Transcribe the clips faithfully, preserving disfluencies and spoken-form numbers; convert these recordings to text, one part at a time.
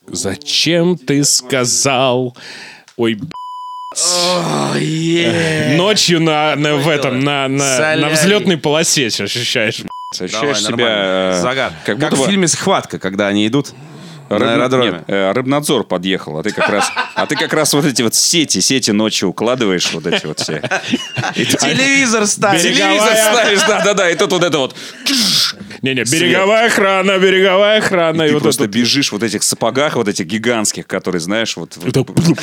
Зачем ты сказал... Ой, б***ь. Oh, yeah. Ночью на, на, в этом, на, на, на взлетной полосе ощущаешь. Ощущаешь себя... Загад. Как, как будто... в фильме «Схватка», когда они идут Рыб... на аэродроме. Нет, э, Рыбнадзор подъехал, а ты как раз, а ты как раз вот эти вот сети, сети ночью укладываешь, вот эти вот все. Телевизор ставишь. Телевизор ставишь, да-да-да, и тут вот это вот... Не-не, береговая охрана, береговая охрана. И, и ты вот просто этот... бежишь в вот этих сапогах, вот этих гигантских, которые, знаешь, вот... Это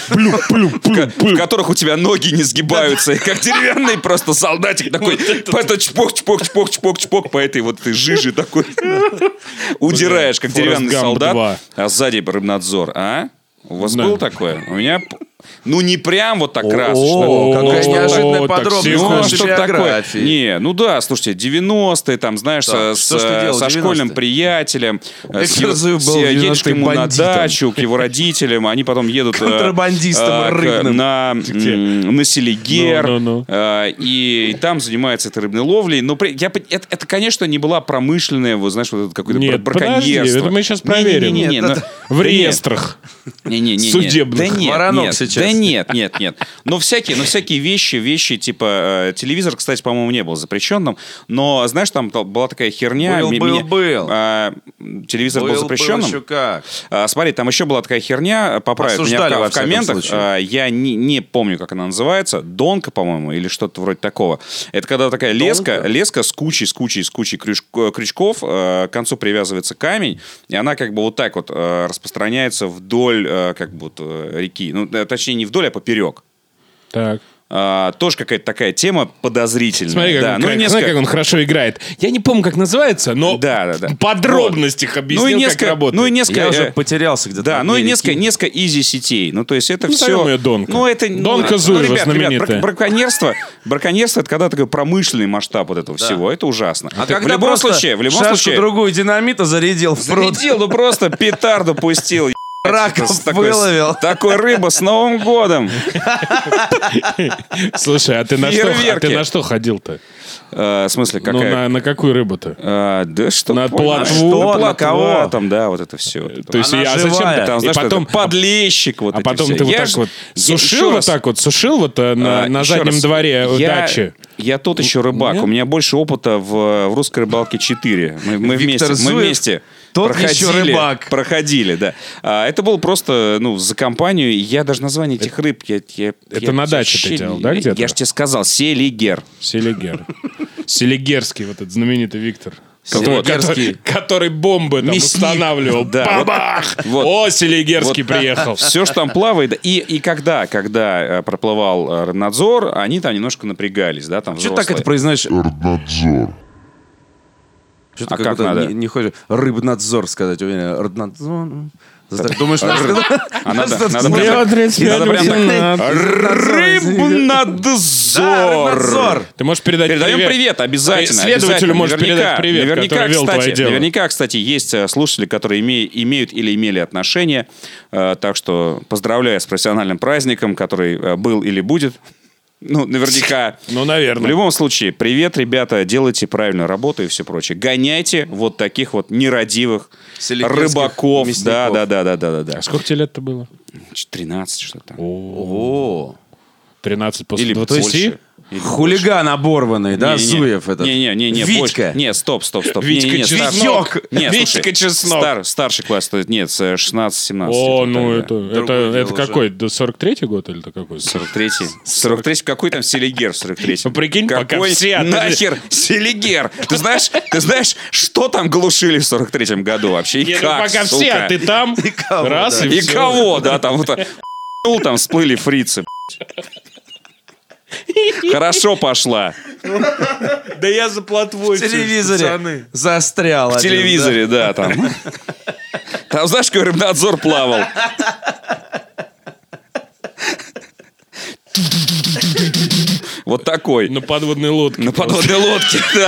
в которых у тебя ноги не сгибаются, и как деревянный просто солдатик такой, по это чпок-чпок-чпок-чпок-чпок по этой вот жиже такой. Удираешь, как деревянный солдат, а сзади Рыбнадзор, а? У вас было такое? У меня... Ну, не прям вот так красочно. О, какая неожиданная так подробность. серьезно? Ну, нашей что такое? биографии. Не, ну да, слушайте, девяностые, там, знаешь, Так, с- что ж ты делал в со школьным девяностые? приятелем, Я с его- сразу с- был едешь к девяностые нему на бандитом. дачу, к его родителям, они потом едут э, Контрабандистом э, к- рыбным. на, м, на Селигер, Ну, ну, ну. э, и там занимается этой рыбной ловлей. Но при- я, пон- это, это, конечно, не была промышленная, вот, знаешь, вот это какое-то Нет, браконьерство. подожди, это мы сейчас проверим. Не-не-не, Нет, ну, это В реестрах. не-не-не-не. Судебных. Да нет, Воронок нет, сейчас. да нет, нет, нет. Но всякие, но всякие вещи, вещи типа э, телевизор, кстати, по-моему, не был запрещенным. Но знаешь, там та- была такая херня. Был, ми- был, меня- был. а, телевизор был, Был, был запрещенным. еще как. А, смотри, там еще была такая херня. Поправят меня Осуждали, в, во в всяком комментах. случае. А, я не, не помню, как она называется. Донка, по-моему, или что-то вроде такого. Это когда такая леска, леска с кучей, с кучей, с кучей крюш- крючков. э, К концу привязывается камень, и она как бы вот так вот э, распространяется вдоль э, как бы вот, э, реки. Ну, э, точнее, не вдоль, а поперек. Так. А, тоже какая-то такая тема подозрительная. Смотри, как, да, он, ну, и как, несколько... смотри, как он хорошо играет. Я не помню, как называется, но Да, да, да. в подробностях объяснил, Ну и как несколько, работает. ну и несколько, Я уже э, потерялся где-то. да, на ну и дне несколько, реки. несколько изи-сетей. Ну, то есть это Назовем все... ее Донка. Ну, это... ну, Донка ну, Зуева ребят, ребят, знаменитая. брак- браконьерство, браконьерство, это когда такой промышленный масштаб вот этого всего. Это ужасно. А в когда любом просто случае, в любом шашку случае... другую динамита зарядил в пруд. Зарядил, ну просто петарду пустил. Раков Такой- выловил. Такой рыба с Новым годом. Слушай, а ты на что, а Фейерверки. ты на что ходил-то? Э, В смысле, Ну, какая... на, на какую рыбу-то? А, да что... На понял, плотву? что? На На плотва, кого? там, да, вот это все. То есть, Она я, а живая. зачем ты Там, и знаешь, потом, это подлещик вот а эти потом все. ты вот Я так ж- вот я сушил еще вот раз- так вот, сушил вот э, на, А, на еще заднем раз, дворе у я- дачи. Я тот еще рыбак. Нет? У меня больше опыта в, в русской рыбалке четыре. Мы, мы Виктор вместе, мы Зуев вместе тот проходили, еще рыбак. проходили, да. А, это было просто, ну, за компанию. и Я даже название этих рыб... Я, я, Это я на даче ты вообще делал, не- да, где-то? Я же тебе сказал, селигер. Селигер. Селигерский вот этот знаменитый Виктор. Который, Селигерский. который, который бомбы там Мясник. устанавливал. Да, вот- Бабах! вот. О, Селигерский Вот. приехал. Все, что там плавает. И, и когда, когда э, проплывал э, Рыбнадзор, они там немножко напрягались, да, там Что ты так это взрослые. произносишь? Рыбнадзор. Что А ты как будто надо? Не, не хочешь рыбнадзор сказать, уверен. Рыбнадзор. Заставь- Думаешь, надо сказать? А надо, надо Надо прям, тридцать пять, надо прям так. восемнадцать. Рыбнадзор. Рыбнадзор. Ты можешь передать Передаем привет, привет. обязательно. Следователю обязательно. можешь Наверняка- передать привет, наверняка, который вел кстати, твое дело. Наверняка, кстати, есть э, слушатели, которые име- имеют или имели отношения. Э, Так что поздравляю с профессиональным праздником, который э, был или будет. Ну, наверняка. Ну, В наверное. любом случае, привет, ребята, делайте правильную работу и все прочее. Гоняйте вот таких вот нерадивых Селигерских рыбаков. мясников. Да, да, да, да, да, да. А сколько тебе лет-то было? тринадцать что-то там. О, тринадцать после Или двадцати? больше. Или хулиган оборванный, да, Не-не-не. Зуев этот? Не-не-не, Витька. больше. Не, стоп, стоп, стоп. Витька Не-не-не, стар- Чеснок. Нет, Витька слушай, Чеснок. стар- старший класс, то есть нет, с шестнадцать-семнадцать. О, где-то ну так, да. это, это, Другое это дело какой? До сорок третий год или то какой? сорок третий. сорок третий. Какой там Селигер в сорок третьем? Ну, прикинь, пока Какой все, а ты- нахер Селигер? Ты знаешь, ты знаешь, что там глушили в сорок третьем году вообще? И Не, ну как, пока сука? все, а ты там, кого, раз да. и И всё. кого, да, там вот ну, там всплыли фрицы. Хорошо пошла. Да я за плотвой. В телевизоре застрял. В телевизоре, да, там. Там, знаешь, какой Рыбнадзор плавал? Вот такой. На подводной лодке. На подводной лодке, да.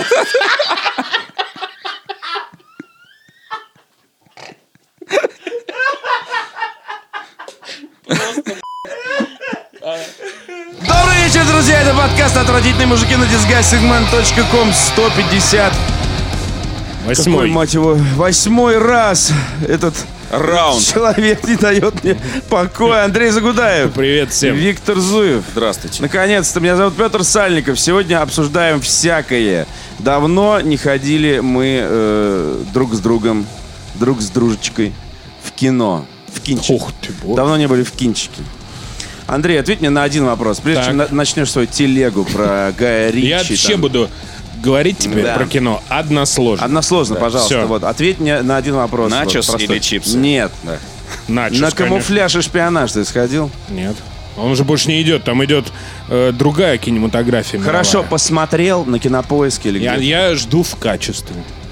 Добрый вечер, друзья! Это подкаст «Отвратительные мужики» на дисгайсегмент точка ком. сто пятьдесят. Какой, Восьмой. мать его, восьмой раз этот Раунд. Человек не дает мне покоя. Андрей Загудаев. Привет всем. Виктор Зуев. Здравствуйте. Наконец-то. Меня зовут Петр Сальников. Сегодня обсуждаем всякое. Давно не ходили мы э, друг с другом, друг с дружечкой в кино. В кинчик. Ух ты, боже. Давно не были в кинчике. Андрей, ответь мне на один вопрос. Прежде Так. чем на- начнешь свою телегу про Гая Ричи. Я вообще там. буду говорить теперь Да. про кино односложно. Односложно, пожалуйста. Всё. Вот, ответь мне на один вопрос. Начос вот, простой. или чипсы? Нет. Да. Начос, На конечно. камуфляж и шпионаж ты сходил? Нет. Он уже больше не идет. Там идет э, другая кинематография. Хорошо, мировая. посмотрел на Кинопоиске или Я, где? я жду в качестве.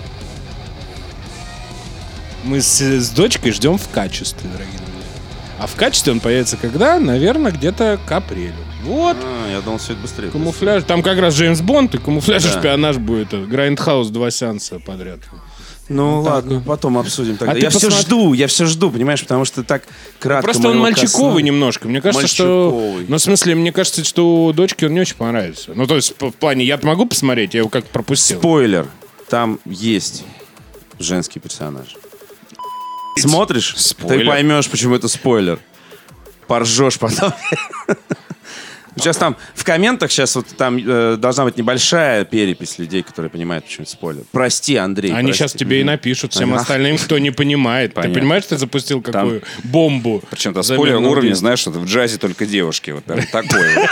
Мы с, с дочкой ждем в качестве, дорогие друзья. А в качестве он появится когда? Наверное, где-то к апрелю. Вот. А, я думал, все это быстрее. Камуфляж. Там как раз Джеймс Бонд и камуфляж и Да. шпионаж будет. Грайндхаус два сеанса подряд. Ну ладно, потом обсудим тогда. А я ты все посмотри- жду, я все жду, понимаешь, потому что так кратко. Просто он мы его мальчиковый коснулись. немножко. Мне кажется, что... Мальчиковый. Ну, в смысле, мне кажется, что дочке он не очень понравится. Ну, то есть, в плане, я могу посмотреть, я его как пропустил. Спойлер. Там есть женский персонаж. Смотришь, Спойлер. ты поймешь, почему это спойлер. Поржешь потом. Сейчас там в комментах сейчас вот там э, должна быть небольшая перепись людей, которые понимают, почему это спойлер. Прости, Андрей. Они прости. сейчас тебе и напишут, всем Ага. остальным, кто не понимает. Ты Понятно. понимаешь, ты запустил какую бомбу? Причем там за спойлер минуту? уровня, знаешь, что в джазе только девушки. Вот прям такой вот.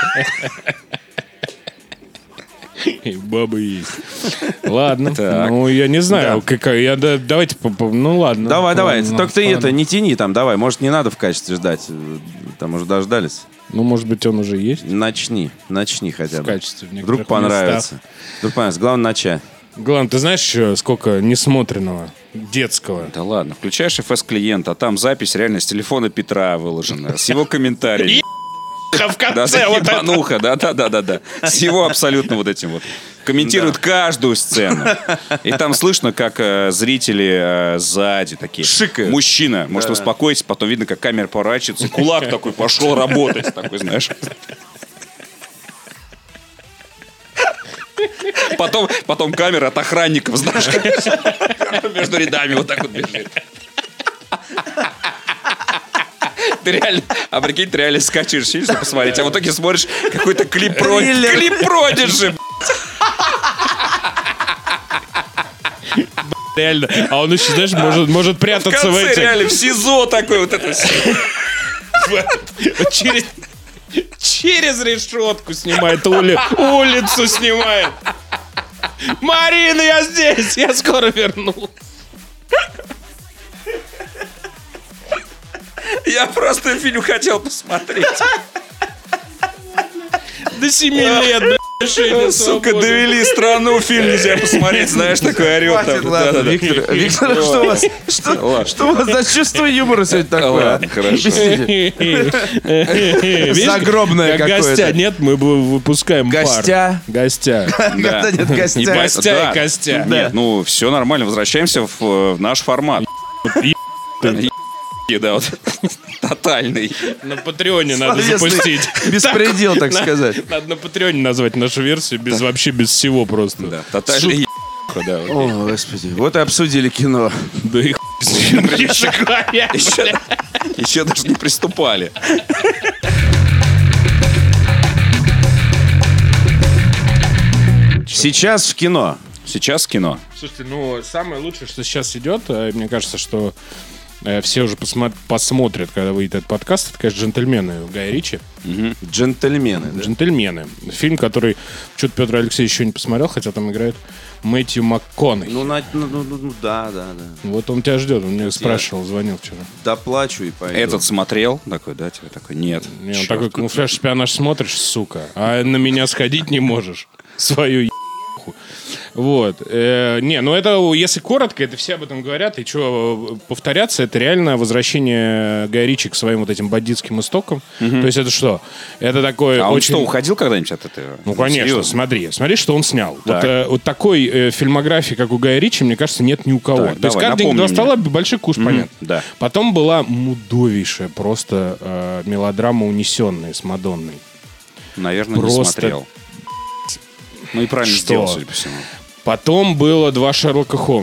И бабы есть. Ладно. Так. Ну, я не знаю, Да. какая. Я, да, давайте, по- по- ну ладно. Давай, давай. Ладно, Только ты ладно. это не тяни там, давай. Может, не надо в качестве ждать. Там уже дождались. Ну, может быть, он уже есть Начни, начни хотя бы. в качестве. в Вдруг некоторых понравится. местах. Вдруг понравится. Главное, начать. Главное, ты знаешь еще, сколько несмотренного, детского? Да ладно, включаешь эф эс-клиент, а там запись реально с телефона Петра выложена, с его комментариями. В Да, конце вот это. ебануха, да-да-да-да-да. С его абсолютно вот этим вот. Комментирует каждую сцену. И там слышно, как э, зрители э, сзади такие. Шикают. Мужчина, может, вы успокоитесь, потом видно, как камера поворачивается, кулак такой пошел работать, такой, знаешь. Потом, потом камера от охранников, знаешь, между рядами вот так вот бежит. Ты реально, а прикинь, ты реально скачиваешь фильм, чтобы посмотреть, а в итоге смотришь какой-то клип про... Триллер. Клип Продиджи. Реально. А он еще, знаешь, может, может В прятаться в конце этих... реально в СИЗО такой вот это всё. Через, через решетку снимает, ули, улицу снимает. Марина, я здесь, я скоро вернусь. Я просто фильм хотел посмотреть. До семи лет, да, лишения Сука, свободы. довели страну, фильм нельзя посмотреть, знаешь, такой орет там. Хватит, ладно, Да-да-да. Виктор, Виктор, что у вас, что, Ладно. что у вас за чувство юмора сегодня такое? Ладно, хорошо. Видишь, Загробное как какое-то. гостя нет, мы бы выпускаем пар. Гостя? Гостя. Когда нет Не гостя. бойтесь. Гостя Да. и костя. Нет, ну все нормально, возвращаемся в, в наш формат. Е- Да, вот тотальный. На Патреоне надо Словесный запустить. беспредел, так На- сказать. Надо на Патреоне назвать нашу версию без вообще без всего просто. Да, тотальный. е- Да, вот. О, господи, вот и обсудили кино. Да и хуй с ним, еще говорят, Еще, бля. еще даже не приступали. Сейчас в кино. Сейчас кино. Слушайте, ну, самое лучшее, что сейчас идет, э, мне кажется, что э, все уже посмо- посмотрят, когда выйдет этот подкаст, это, конечно, «Джентльмены» Гая Ричи. Джентльмены. да? «Джентльмены». Фильм, который что-то Петр Алексеевич еще не посмотрел, хотя там играет Мэтью МакКонахи. Ну, на- ну, ну, ну, ну, да, да, да. Вот он тебя ждет, он мне спрашивал, звонил вчера. Доплачу и пойду. Этот смотрел, такой, да, тебе такой, нет. И он Чёрт. такой, камуфляж, шпионаж смотришь, сука, а на меня сходить не можешь. Свою ебуху. Вот. Э, не, ну это, если коротко, это все об этом говорят, и что повторяться, это реально возвращение Гая Ричи к своим вот этим бандитским истокам. То есть это что? Это такой А он очень... что, уходил когда-нибудь от этого? Ну, конечно, Серьезно? смотри, смотри, что он снял. Вот, Так. э, вот такой э, фильмографии, как у Гая Ричи, мне кажется, нет ни у кого. Так, То есть давай, каждый день напомни два мне. стола, большой куш, понятно. да. Потом была мудовейшая просто э, мелодрама «Унесенные» с Мадонной. Наверное, Просто- не смотрел. Ну и правильно Что? сделал, судя по всему. Потом было два Шерлока Холмса.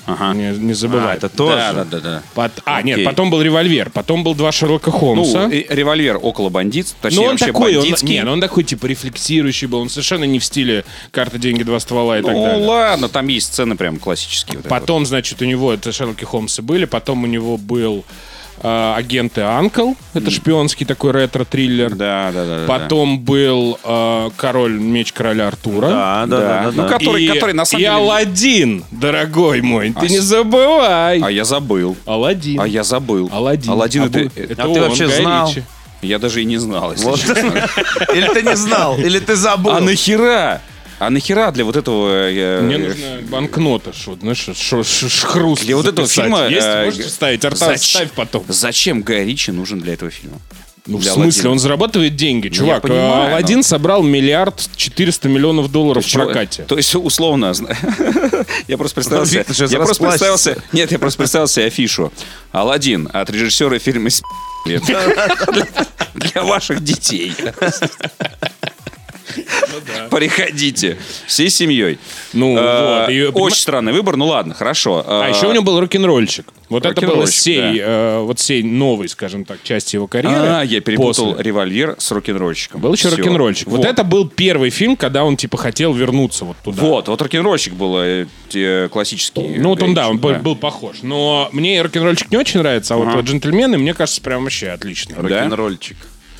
Ага. Не, не забывай. А, это тоже? Да, да, да, да. Пот- А, Окей. нет, потом был «Револьвер», потом был «Два Шерлока Холмса». Ну, и «Револьвер» около бандит, точнее, Ну, он вообще такой, он, бандитский. не, ну, он такой, типа, рефлексирующий был. Он совершенно не в стиле «Карта, деньги, два ствола» и так Ну, далее. ладно, там есть сцены прям классические. Вот это Потом, значит, у него, это Шерлоки Холмсы были, потом у него был э, «Агент и Анкл», это шпионский такой ретро-триллер. вот. Да, да, да. да, Потом был э, «Король, меч короля Артура». Да, да, Да. да. да, Ну, да. как- Который- и, который, на самом и деле- «Аладдин», дорогой мой, ты А не с- забывай. да. А я забыл. «Аладдин». А я забыл. «Аладдин». Аладдин А это... был- это- А он, ты вообще Гай знал? Ричи. Я даже и не знал, если Вот. честно. Или ты не знал, или ты забыл. А нахера? А нахера для вот этого... э, Мне э, нужна банкнота, что, знаешь, шо- ш- ш- хруст Для вот этого записать. фильма... Есть? э, Можете вставить? Артас, зач- ставь потом. Зачем Гай Ричи нужен для этого фильма? Ну, в Для смысле, «Аладдина». он зарабатывает деньги, чувак. понимаю, а Аладдин но- собрал миллиард четыреста миллионов долларов в Чё- прокате. То есть, условно, зна- я просто представил себе... Виктор сейчас Я просто представил расплачется. себе... Нет, я просто представил себе афишу. «Аладдин» от режиссера фильма «С***». Для ваших детей. Приходите всей семьей. Ну, Э, вот. И, Очень понима- странный выбор, ну ладно, хорошо. А еще у него был рок-н-ролльчик. Вот это было Рок-н-ролльчик, сей, да. э, вот сей новой, скажем так, части его карьеры. А, я перепутал После. «Револьвер» с «Рок-н-ролльщиком». Был еще Всё. рок-н-ролльчик. Вот. это был первый фильм, когда он типа хотел вернуться вот туда. Вот, вот «Рок-н-ролльщик» был э, те классический. Ну вот он, да, он был, гаечник, был похож. Но мне рок-н-ролльчик не очень нравится, а вот Ага. «Джентльмены» мне кажется прям вообще отлично. Рок-н-ролльчик.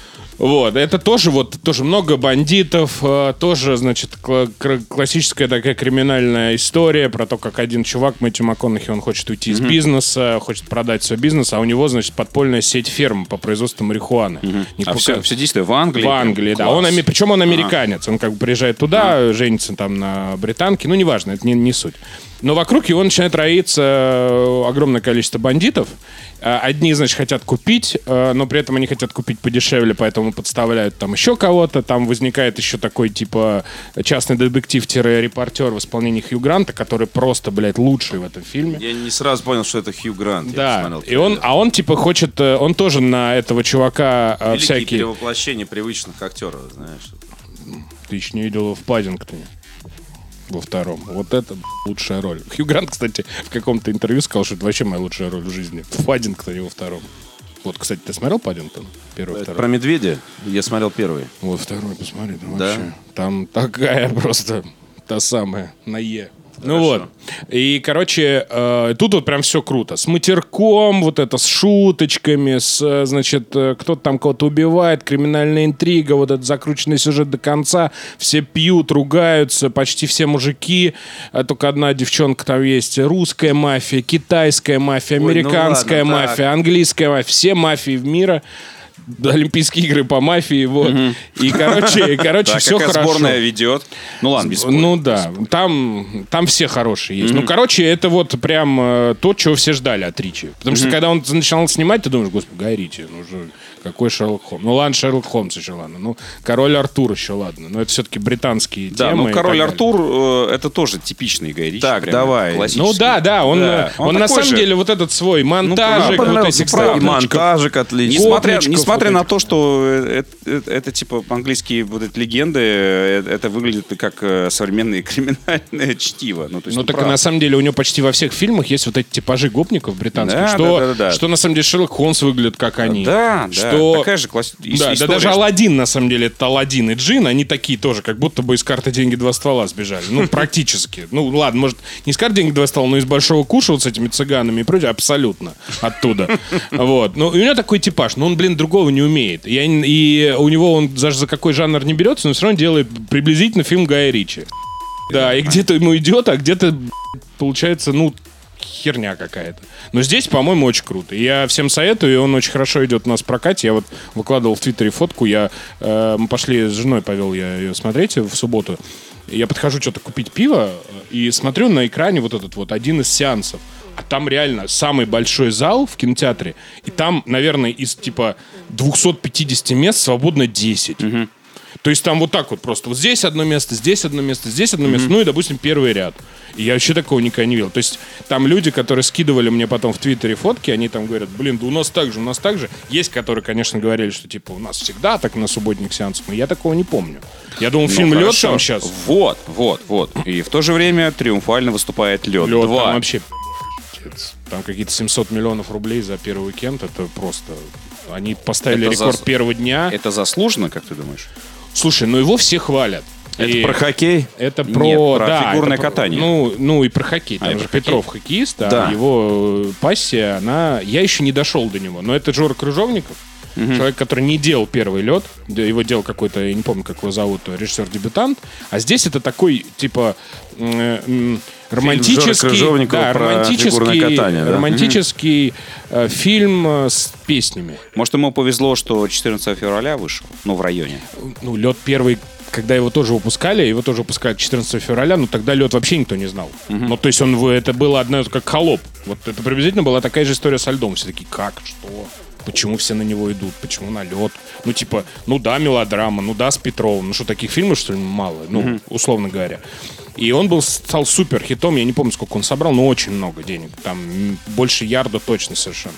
Вот, это тоже вот, тоже много бандитов, э, тоже, значит, кла- кр- классическая такая криминальная история про то, как один чувак, Мэтью МакКонахи, он хочет уйти из бизнеса, хочет продать свой бизнес, а у него, значит, подпольная сеть ферм по производству марихуаны. Не А пука- все, все действие в Англии? В Англии, да. Класс. Он, ами- причем он американец. Он как бы приезжает туда, женится там на британке. Ну, неважно, это не, не суть. Но вокруг его начинает роиться э, огромное количество бандитов. Э, Одни, значит, хотят купить, э, но при этом они хотят купить подешевле, поэтому подставляют там еще кого-то. Там возникает еще такой, типа, частный детектив-репортер в исполнении Хью Гранта, который просто, блядь, лучший в этом фильме. Я не сразу понял, что это Хью Грант. Я Да, посмотрел и он, трейлер. а он, типа, хочет... э, Он тоже на этого чувака э, Великие всякие... перевоплощения привычных актеров, знаешь. Ты еще не видел его в Паддингтоне. Во втором. Вот это лучшая роль. Хью Грант, кстати, в каком-то интервью сказал, что это вообще моя лучшая роль в жизни. В Паддингтоне во втором. Вот, кстати, ты смотрел Паддингтон? Первый, Это второй? про медведя? Я смотрел первый. Вот второй, посмотри, там Да? вообще. Там такая просто та самая, на Е. Ну вот. И, короче, э, тут вот прям все круто. С матерком, вот это, с шуточками, с, э, значит, э, кто-то там кого-то убивает, криминальная интрига, вот этот закрученный сюжет до конца. Все пьют, ругаются, почти все мужики. А только одна девчонка там есть. Русская мафия, китайская мафия, Ой, ну американская ладно, мафия, так. английская мафия. Все мафии в мира. Олимпийские игры по мафии, вот. И, короче, и, короче, Так, все какая хорошо. сборная ведет. Ну ладно, без спойлеров. Ну да, там, там все хорошие есть. Ну, короче, это вот прям э, то, чего все ждали от Ричи. Потому что когда он начинал снимать, ты думаешь, господи, Гай Ричи, ну же, какой Шерлок Холмс. Ну ладно, Шерлок Холмс еще ладно. Ну, Король Артур еще ладно. Но это все-таки британские Да, темы. ну и «Король так далее. Артур» э, это тоже типичный Гай Ричи. Так, прям давай. классический. Ну да, да, он, Да. э, он, Он на такой самом же. деле вот этот свой монтажик, Мне вот понравился, этих правда. статичков. Монтажик отличный. Несмотря, Копничков несмотря вот на этих. то, что это, это, это, типа английские вот эти легенды, э, это выглядит как э, современное криминальное чтиво. Ну, то есть, Ну, ну, так и правда. на самом деле у него почти во всех фильмах есть вот эти типажи гопников британских, Да, что, да, да, да. что на самом деле Шерлок Холмс выглядит как они. Да, да, что... такая же класс... ис- Да, да история, даже что- Аладдин, на самом деле, это Аладдин и Джин, они такие тоже, как будто бы из «Карты, деньги, два ствола» сбежали. Ну, практически. Ну, ладно, может, не из «Карты, деньги, два ствола», но из «Большого куша» вот с этими цыганами и прочее, абсолютно оттуда. Вот. Ну, и у него такой типаж, но он, блин, другого не умеет. Я, не- и у него он даже за какой жанр не берется, но все равно делает приблизительно фильм Гая Ричи. Да, и где-то ему идет, а где-то получается, ну, херня какая-то. Но здесь, по-моему, очень круто. И я всем советую, и он очень хорошо идет у нас в прокате. Я вот выкладывал в Твиттере фотку, я, э, мы пошли с женой, повел я ее смотреть в субботу. И я подхожу что-то купить пиво, и смотрю на экране вот этот вот один из сеансов. А там реально самый большой зал в кинотеатре, и там, наверное, из типа двухсот пятидесяти мест свободно десять. То есть там вот так вот просто. Вот здесь одно место, здесь одно место, здесь одно место. Ну и, допустим, первый ряд. И я вообще такого никогда не видел. То есть там люди, которые скидывали мне потом в Твиттере фотки, они там говорят, блин, да у нас так же, у нас так же. Есть, которые, конечно, говорили, что типа у нас всегда так на субботних сеансах, но я такого не помню. Я думал, Ну, фильм «Лед» хорошо. там сейчас. Вот, вот, вот. И в то же время триумфально выступает «Лед «Лед» два». там вообще молодец. Там какие-то семьсот миллионов рублей за первый уикенд. Это просто... Они поставили Это рекорд зас- первого дня. Это заслуженно, как ты думаешь? Слушай, ну его все хвалят. Это И про хоккей? Это про, Нет, про да, фигурное это про- катание. Ну, ну и про хоккей. Там А, и же про хоккей. Петров хоккеист, а Да. его э, пассия, она... Я еще не дошел до него, но это Жора Крыжовников. Человек, который не делал первый лед. Его делал какой-то, я не помню, как его зовут, режиссер-дебютант. А здесь это такой, типа, м, м, романтический... Жоры Крыжовникова да, про романтический, фигурное катание, да? романтический э, фильм э, с песнями. Может, ему повезло, что четырнадцатого февраля вышел? Ну, в районе. Ну, лед первый, когда его тоже выпускали, его тоже выпускали четырнадцатого февраля, но тогда лед вообще никто не знал. Ну, то есть он, в- это было одно, как холоп. Вот это приблизительно была такая же история со льдом. Все такие, как, что, почему все на него идут, почему на лед? Ну, типа, ну да, мелодрама, ну да, с Петровым. Ну, что, таких фильмов, что ли, мало? Ну, условно говоря. И он был, стал супер хитом, я не помню, сколько он собрал, но очень много денег. Там м, больше ярда точно совершенно.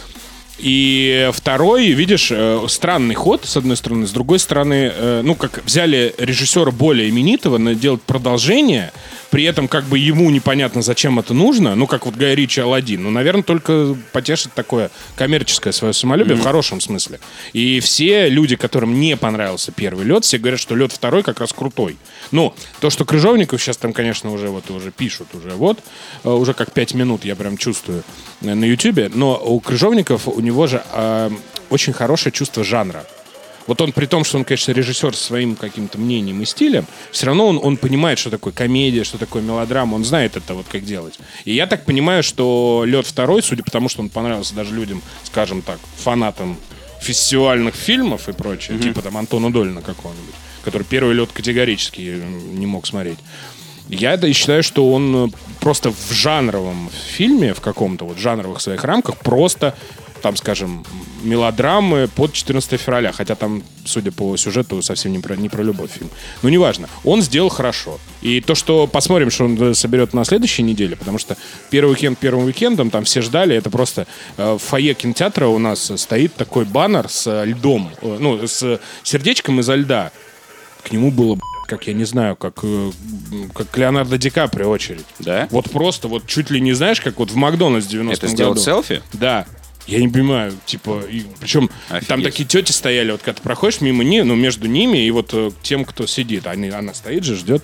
И второй, видишь, э, странный ход, с одной стороны. С другой стороны, э, ну, как взяли режиссера более именитого, на- делать продолжение, при этом как бы ему непонятно, зачем это нужно. Ну, как вот Гай Ричи «Аладдин». Ну, наверное, только потешить такое коммерческое свое самолюбие, в хорошем смысле. И все люди, которым не понравился первый лед, все говорят, что лед второй как раз крутой. Ну, то, что Крыжовников сейчас там, конечно, уже вот уже пишут, уже вот, э, уже как пять минут я прям чувствую э, на Ютубе, но у Крыжовников, у него же э, очень хорошее чувство жанра. Вот он, при том, что он, конечно, режиссер со своим каким-то мнением и стилем, все равно он, он понимает, что такое комедия, что такое мелодрама, он знает это вот как делать. И я так понимаю, что «Лед второй», судя по тому, что он понравился даже людям, скажем так, фанатам фестивальных фильмов и прочее, типа там Антона Долина какого-нибудь, который первый «Лед» категорически не мог смотреть. Я это считаю, что он просто в жанровом фильме, в каком-то вот жанровых своих рамках, просто, там, скажем, мелодрамы под четырнадцатого февраля. Хотя там, судя по сюжету, совсем не про, не про любовь фильм. Но неважно. Он сделал хорошо. И то, что посмотрим, что он соберет на следующей неделе, потому что первый уикенд первым уикендом, там все ждали, это просто э, в фойе кинотеатра у нас стоит такой баннер с льдом, э, ну, с сердечком изо льда. К нему было, как я не знаю, как, э, как к Леонардо Ди Каприо очередь. Да? Вот просто, вот чуть ли не знаешь, как вот в Макдональдс в девяностом Это сделать году. селфи? Да. Я не понимаю, типа, и, причем Офигеть. там такие тети стояли, вот когда ты проходишь мимо них, ну, между ними и вот э, тем, кто сидит. Они, она стоит же, ждет.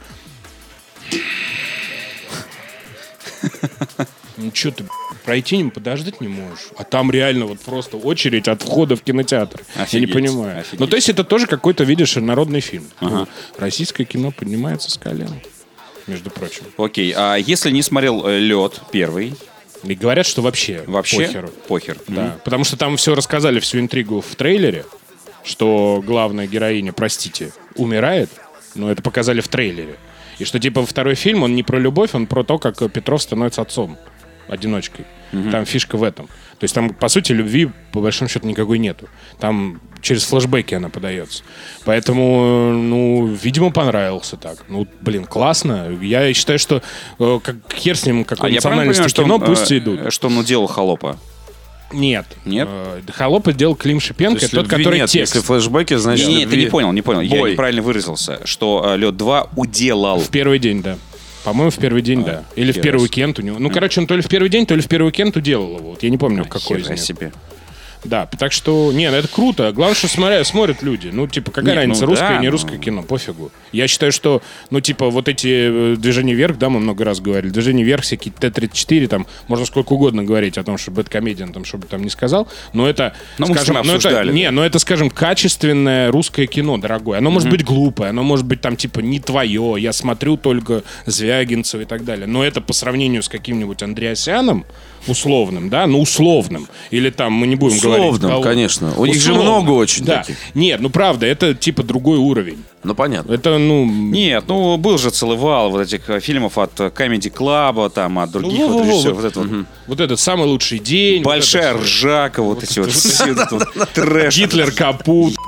Ну, что ты, пройти не подождать не можешь. А там реально вот просто очередь от входа в кинотеатр. Я не Офигеть, понимаю. офигеть. Ну, то есть это тоже какой-то, видишь, народный фильм. Ну, российское кино поднимается с колен, между прочим. Окей, а если не смотрел э, «Лед» первый, И говорят, что вообще, вообще похеру. похер. Да, Мгм. потому что там все рассказали, всю интригу в трейлере, что главная героиня, простите, умирает, но это показали в трейлере. И что, типа, второй фильм, он не про любовь, он про то, как Петров становится отцом, одиночкой. Там фишка в этом. То есть там, по сути, любви, по большому счету, никакой нету. Там через флешбеки она подается. Поэтому, ну, видимо, понравился так. Ну, блин, классно. Я считаю, что э, как хер с ним, какой А я правильно национальности понимаю, что кино, он, пусть э, идут. что он уделал «Холопа»? Нет. Нет? Э, Холопа сделал Клим Шипенко, Если тот, любви который нет, текст. Если флешбеки, значит, Не, не, ты любви- не понял, не понял. Я Бой. неправильно выразился, что э, «Лед два» уделал. В первый день, да. По-моему, в первый день, да. Или в хер первый раз. уикенд у него. Ну, короче, он то ли в первый день, то ли в первый уикенд уделал его. Вот я не помню, какой из Хера них. себе. Да, так что, не, ну это круто. Главное, что смотря, смотрят люди. Ну, типа, какая Не, разница, ну русское, да, не ну. русское кино, пофигу. Я считаю, что, ну, типа, вот эти э, движения вверх, да, мы много раз говорили, движения вверх, всякие Т тридцать четыре, там, можно сколько угодно говорить о том, что Бэдкомедиан там, чтобы там не сказал, но это, Ну, мы с скажем, тобой ну, это, обсуждали, не, да. ну, это, скажем, качественное русское кино, дорогое. Оно может быть глупое, оно может быть там, типа, не твое, я смотрю только Звягинцева и так далее. Но это по сравнению с каким-нибудь Андреасяном, условным, да, ну, условным. Или там, мы не будем говорить... Условным, кого- конечно. У них же Условно. много очень Да. таких. Нет, ну правда, это типа другой уровень. Ну, понятно. Это, ну... Нет, ну был же целый вал вот этих э, фильмов от э, Comedy Club, там, от других Ну, вот во-во-во, режиссеров. вот- Вот это вот. Вот этот самый лучший день. Большая вот это всё. ржака, вот эти вот все этот вот трэш. Гитлер капут.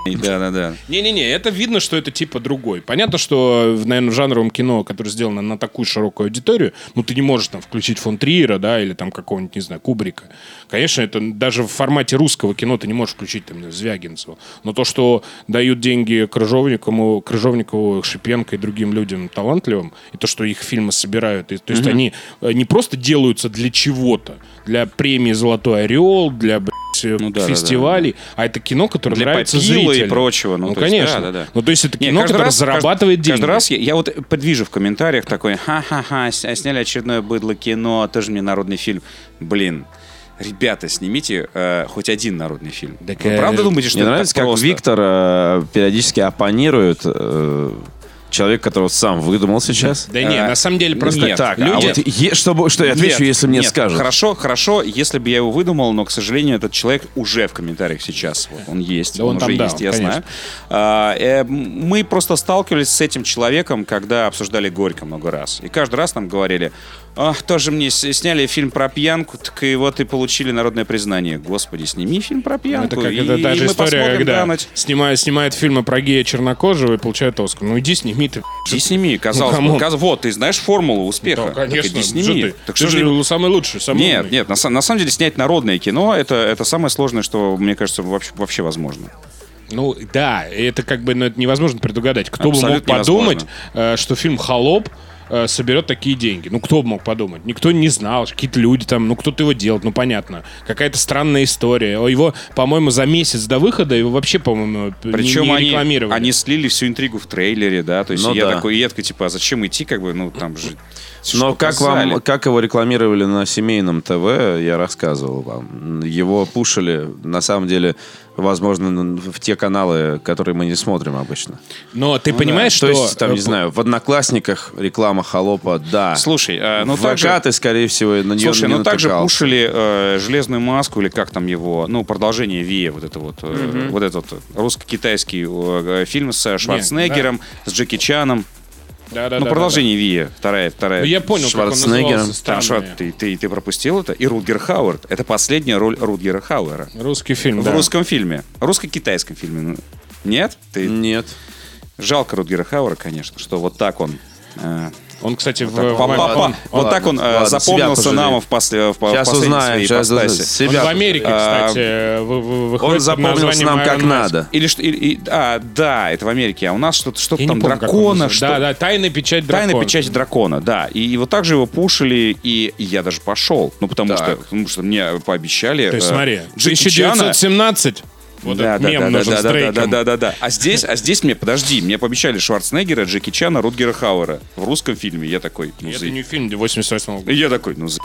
Да-да-да. Не-не-не, это видно, что это типа другой. Понятно, что, наверное, в жанровом кино, которое сделано на такую широкую аудиторию, ну, ты не можешь там включить фон Триера, да, или там какого-нибудь, не знаю, Кубрика. Конечно, это даже в формате русского кино ты не можешь включить там Звягинцева. Но то, что дают деньги Крыжовникову, Крыжовникову, Шипенко и другим людям талантливым, и то, что их фильмы собирают, и, то есть mm-hmm. они не просто делаются для чего-то, для премии «Золотой орел», для, блядь, ну, да, фестивалей, да, да. А это кино, которое для нравится зрителям. И прочего. Ну, ну конечно. Есть, да, да, да. Ну, то есть это кино, Нет, которое раз, зарабатывает каждый, деньги. Каждый раз я, я вот предвижу в комментариях такой, ха-ха-ха, сняли очередное быдло кино, тоже мне народный фильм. Блин, ребята, снимите э, хоть один народный фильм. Так, Вы э... правда думаете, что мне это нравится, так как просто? Виктор э, периодически оппонирует... Э... Человек, которого сам выдумал сейчас. Да нет, а, на самом деле просто нет, так. Люди... А вот е, что, что я отвечу, нет, если мне нет, скажут? Хорошо, хорошо, если бы я его выдумал, но, к сожалению, этот человек уже в комментариях сейчас. Вот, он есть, да он, он уже там, есть, да, я конечно. знаю. А, э, мы просто сталкивались с этим человеком, когда обсуждали «Горько» много раз. И каждый раз нам говорили, ах, тоже мне сняли фильм про пьянку, так и вот и получили народное признание. Господи, сними фильм про пьянку. Это как и, это та же история, когда да, снимают, снимают фильмы про гея чернокожего и получают Оскар. Ну иди сними ты. Иди сними. Казалось ну, бы, каз... вот, ты знаешь формулу успеха. Да, конечно. Так иди сними. Ты, так ты что же же... самый лучший, самый Нет, умный. нет, на, на самом деле снять народное кино это, это самое сложное, что, мне кажется, вообще, вообще возможно. Ну да, это как бы ну, это невозможно предугадать. Кто Абсолютно бы мог подумать, э, что фильм «Холоп» э, соберет такие деньги? Ну кто бы мог подумать? Никто не знал, какие-то люди там, ну кто-то его делает, ну понятно. Какая-то странная история. Его, по-моему, за месяц до выхода его вообще, по-моему, Причем не, не они, рекламировали. они слили всю интригу в трейлере, да, то есть ну, я да. такой, я такой, типа, а зачем идти, как бы, ну там же... Но как, вам, как его рекламировали на семейном ТВ, я рассказывал вам. Его пушили, на самом деле, возможно, в те каналы, которые мы не смотрим обычно. Но ты ну, понимаешь, да. что... То есть, там, не знаю, в «Одноклассниках» реклама «Холопа», да. Слушай, э, ну в также... ВК ты, скорее всего, на нее Слушай, не ну также натыкался. пушили э, «Железную маску», или как там его, ну, продолжение «Вия», вот это вот, э, mm-hmm. вот этот русско-китайский э, фильм с Шварценеггером, Нет, да. с Джеки Чаном. Да, да, ну, да, продолжение да, да. Вия, вторая, вторая. Ну, я понял, как он назывался. Там, Швар... ты, ты, ты пропустил это? И Рутгер Хауэрд. Это последняя роль Рутгера Хауэра. Русский фильм, В да. русском фильме. Русско-китайском фильме. Нет? Ты... Нет. Жалко Рутгера Хауэра, конечно, что вот так он... Э... Он, кстати, вот в... так, в... папа, он, вот ладно, так он ладно, запомнился нам в, после, в, сейчас в узнаем, сейчас узнаем. Он в Америке, кстати, а, выходит он запомнился нам как надо. Или что? Или, и, а, да, это в Америке. А у нас что-то, что-то там помню, дракона. Что... Да, да, «Тайная печать дракона». «Тайная печать дракона», да. И, и вот так же его пушили, и, и я даже пошел. Ну, потому что, потому что мне пообещали... То есть, э, смотри, Джеки тысяча девятьсот семнадцать... Вот да, этот да, мем да, нужен да, с да, Дрейком. да, да, да, да. А здесь, а здесь мне, подожди, мне пообещали Шварценеггера, Джеки Чана, Рутгера Хауэра в русском фильме. Я такой, ну, это за... не фильм восемьдесят восьмого года. И я такой, ну, за...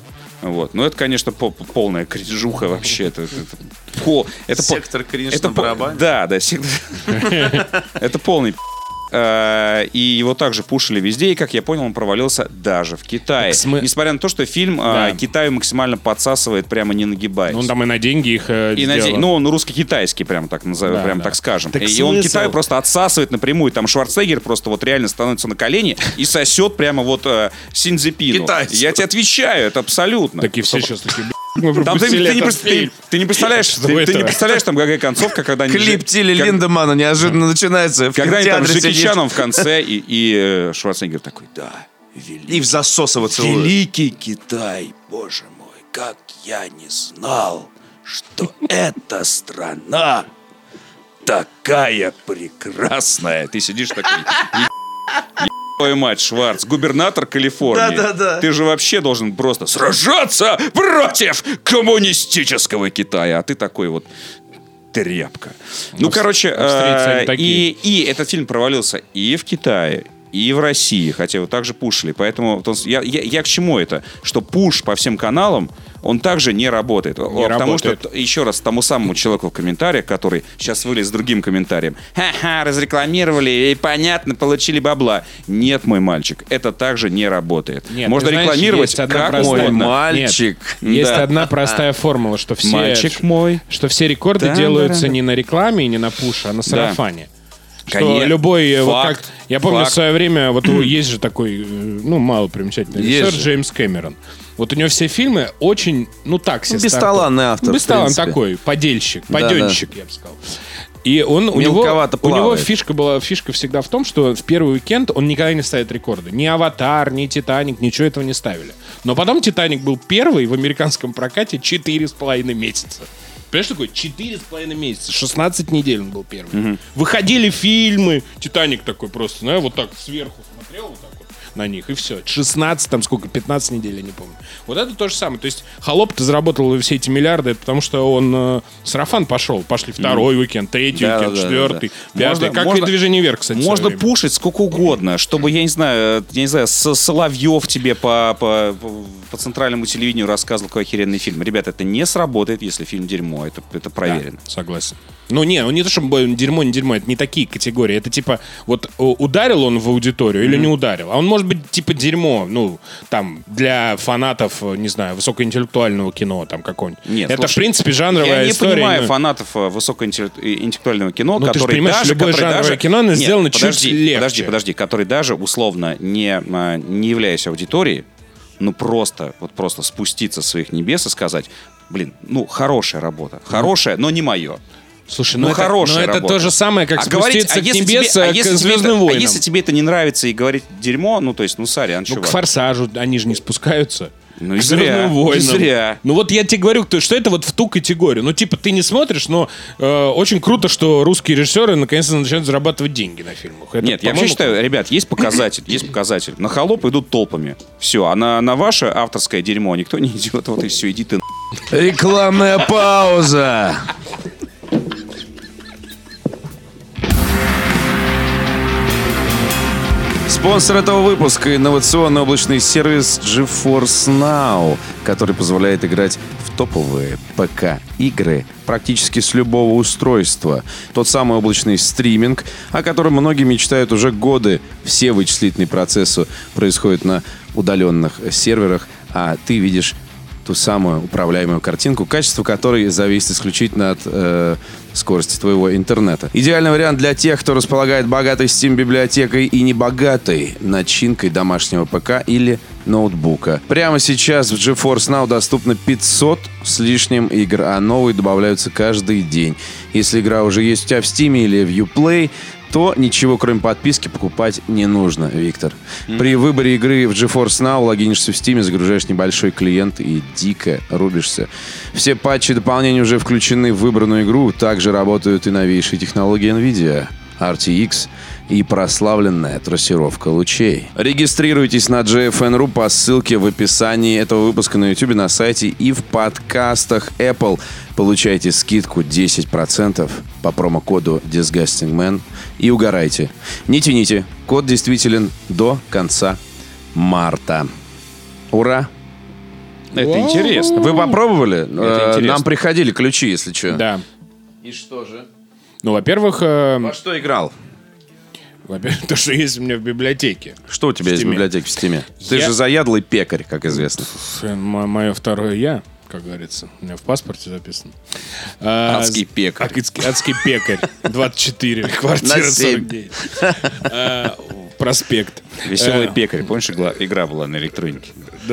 Вот. Ну, это, конечно, по- полная кринжуха вообще. Это, это, пол... это сектор кринж это на барабане. Да, да, сектор... Это полный и его также пушили везде, и, как я понял, он провалился даже в Китае. См... Несмотря на то, что фильм да. Китаю максимально подсасывает, прямо не нагибаясь. Ну, он там и на деньги их э, и на де... Ну, он русско-китайский, прям так, назов... да, прям да. так скажем. Так и смысл? Он Китаю просто отсасывает напрямую. Там Шварценеггер просто вот реально становится на колени и сосет прямо вот э, Синьцзепину. Китайцу. Я тебе отвечаю, это абсолютно. Такие все сейчас такие... Там ты, ты, не, ты, ты не представляешь, ты, ты не представляешь, там какая концовка, когда они... Клип Тилли как... Линдемана неожиданно начинается. Когда они там с Джеки Чаном в конце, и, и Шварценеггер такой, да, великий. И в засосово целует. Великий Китай, боже мой, как я не знал, что эта страна такая прекрасная. Ты сидишь такой... Твою мать, Шварц, губернатор Калифорнии. Да, да, да. Ты же вообще должен просто сражаться против коммунистического Китая. А ты такой вот тряпка. Ну, ну короче, э, и, и этот фильм провалился и в Китае, и в России, хотя его также пушили. Поэтому я, я, я к чему это? Что пуш по всем каналам, он также не работает. Не Потому работает. что, еще раз, тому самому человеку в комментариях, который сейчас вылез с другим комментарием. Ха-ха, разрекламировали, и понятно, получили бабла. Нет, мой мальчик, это также не работает. Нет, можно знаешь, рекламировать как простая... угодно. Мой мальчик. Нет, есть да. одна простая формула, что все, Мальчик мой. что все рекорды да, делаются да, да. не на рекламе и не на пуше, а на сарафане. Что Конечно. любой, Факт. вот как, я помню Факт. в свое время, вот есть же такой, ну, малопримечательный режиссер Джеймс Кэмерон. Вот у него все фильмы очень, ну так себе. Бесталанный автор. Бесталанный такой, подельщик, паденщик, да, да. я бы сказал. И он, у, него, Мелковато у него плавает. фишка была, фишка всегда в том, что в первый уикенд он никогда не ставит рекорды. Ни «Аватар», ни «Титаник», ничего этого не ставили. Но потом «Титаник» был первый в американском прокате четыре с половиной месяца. Понимаешь, такое? четыре с половиной месяца. шестнадцать недель он был первый. Mm-hmm. Выходили фильмы. «Титаник» такой просто, знаешь, вот так сверху смотрел, вот так вот на них, и все. шестнадцать, там сколько, пятнадцать недель, я не помню. Вот это то же самое. То есть «Холоп»-то заработал все эти миллиарды, это потому что он э, сарафан пошел. Пошли второй mm. уикенд, третий да, уикенд, да, четвертый, да, да. пятый. Можно, как можно, и «Движение вверх», кстати. Можно пушить сколько угодно, чтобы, я не знаю, я не знаю, Соловьев тебе по, по, по центральному телевидению рассказывал, какой охеренный фильм. Ребята, это не сработает, если фильм дерьмо. Это, это проверено. Да, согласен. Ну, не, ну не то, чтобы дерьмо, не дерьмо, это не такие категории. Это типа, вот ударил он в аудиторию или mm-hmm. не ударил. А он может быть типа дерьмо, ну, там, для фанатов, не знаю, высокоинтеллектуального кино, там, какого-нибудь. Нет, это, слушай, в принципе, жанровая я история. Я не понимаю ну... фанатов высокоинтеллектуального кино, ну, которые ты же понимаешь, даже... любое жанровое даже... кино, оно Нет, сделано подожди, чуть легче. Подожди, подожди, который даже, условно, не, не являясь аудиторией, ну, просто, вот просто спуститься с своих небес и сказать, блин, ну, хорошая работа, хорошая, но не мое. Слушай, ну, ну это, хорошая но это работа. то же самое, как а спуститься говорить, к а небес тебе, а к если «Звездным это, войнам». А если тебе это не нравится и говорить дерьмо, ну, то есть, ну, сорян, Ну, чувак. к «Форсажу» они же не спускаются. Ну, и зря, и зря. Ну, вот я тебе говорю, что это вот в ту категорию. Ну, типа, ты не смотришь, но э, очень круто, что русские режиссеры наконец-то начинают зарабатывать деньги на фильмах. Это, Нет, я вообще считаю, ребят, есть показатель, есть показатель. На «Холоп» идут толпами. Все, а на, на ваше авторское дерьмо никто не идет. Вот и все, иди ты. Рекламная пауза. Спонсор этого выпуска — инновационный облачный сервис GeForce Now, который позволяет играть в топовые ПК-игры практически с любого устройства. Тот самый облачный стриминг, о котором многие мечтают уже годы. Все вычислительные процессы происходят на удаленных серверах, а ты видишь ту самую управляемую картинку, качество которой зависит исключительно от э, скорости твоего интернета. Идеальный вариант для тех, кто располагает богатой Steam-библиотекой и небогатой начинкой домашнего ПК или ноутбука. Прямо сейчас в GeForce Now доступно пятьсот с лишним игр, а новые добавляются каждый день. Если игра уже есть у тебя в Steam или в Uplay, то ничего, кроме подписки, покупать не нужно, Виктор. Mm. При выборе игры в GeForce Now логинишься в Steam, загружаешь небольшой клиент и дико рубишься. Все патчи и дополнения уже включены в выбранную игру. Также работают и новейшие технологии NVIDIA, ар ти экс и прославленная трассировка лучей. Регистрируйтесь на джей эф эн точка ру по ссылке в описании этого выпуска на YouTube, на сайте и в подкастах Apple. Получайте скидку десять процентов по промокоду DisgustingMan и угорайте. Не тяните, код действителен до конца марта. Ура! Это интересно. Вы попробовали? Это интересно. Нам приходили ключи, если что. Да. И что же? Ну, во-первых... Э... Во что играл? Во-первых, то, что есть у меня в библиотеке. Что у тебя есть в библиотеке в Стиме? Ты Я... же заядлый пекарь, как известно. Мое второе «я», как говорится. У меня в паспорте записано. Адский пекарь. Адский, адский пекарь. двадцать четыре. Квартира сорок девять. Проспект. Веселый пекарь. Помнишь, игра была на электронике?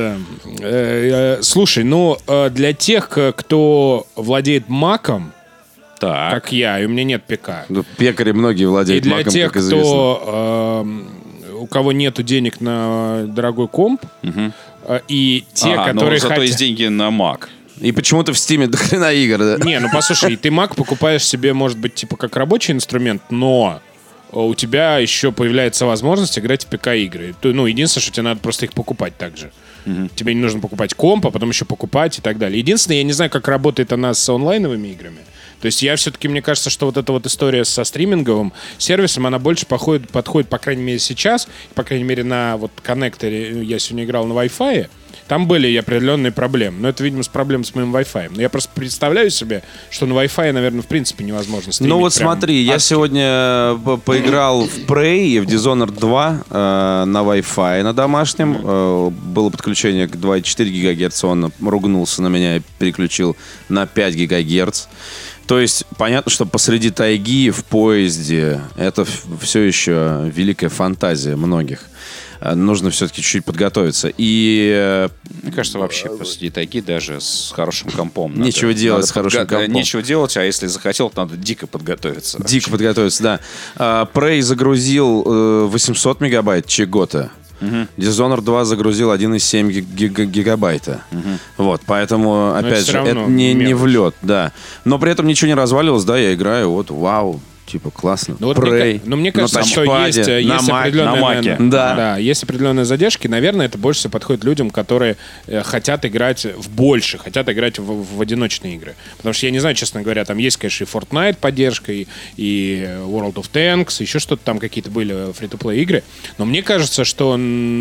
Да. Слушай, ну, для тех, кто владеет Маком, так. как я, и у меня нет ПК. Ну, пекари многие владеют Маком, как известно. И для тех, кто, э, у кого нету денег на дорогой комп, угу. э, и те, ага, которые но зато хотят... есть деньги на Mac. И почему-то в Стиме до хрена игр, да? Не, ну послушай, ты Mac покупаешь себе, может быть, типа как рабочий инструмент, но у тебя еще появляется возможность играть в ПК-игры. Ну, единственное, что тебе надо просто их покупать также. Uh-huh. Тебе не нужно покупать комп, а потом еще покупать и так далее. Единственное, я не знаю, как работает она с онлайновыми играми. То есть я все-таки, мне кажется, что вот эта вот история со стриминговым сервисом, она больше походит, подходит, по крайней мере, сейчас, по крайней мере, на вот коннекторе, я сегодня играл на Wi-Fi, там были определенные проблемы. Но это, видимо, с проблем с моим Wi-Fi. Но я просто представляю себе, что на Wi-Fi, наверное, в принципе невозможно стримить. Ну вот смотри, я адски. сегодня поиграл в Prey и в Dishonored два э, на Wi-Fi на домашнем. Э, было подключение к два и четыре гигагерца, он ругнулся на меня и переключил на пять гигагерц. То есть понятно, что посреди тайги в поезде это все еще великая фантазия многих. нужно все-таки чуть-чуть подготовиться. И... Мне кажется, вообще посреди тайги даже с хорошим компом. Нечего надо, делать надо с хорошим подго- компом. Нечего делать, а если захотел, то надо дико подготовиться. Дико подготовиться, да. А, Prey загрузил э, восемьсот мегабайт чего-то. Uh-huh. Dishonored два загрузил один целых семь гиг- гигабайта. Uh-huh. Вот, поэтому, Но опять это же, это не, не в лед, да. Но при этом ничего не развалилось, да, я играю, вот, вау. Типа, классно. Ну, вот Prey, мне, ну, мне кажется, на что есть, тачпаде, есть на Mac, определенная... на Маке. наверное, Да. да, есть определенные задержки. Наверное, это больше всего подходит людям, которые э, хотят играть в больше, хотят играть в, в одиночные игры. Потому что я не знаю, честно говоря, там есть, конечно, и Fortnite поддержка, и, и World of Tanks, еще что-то там какие-то были фри-то-плей игры. Но мне кажется, что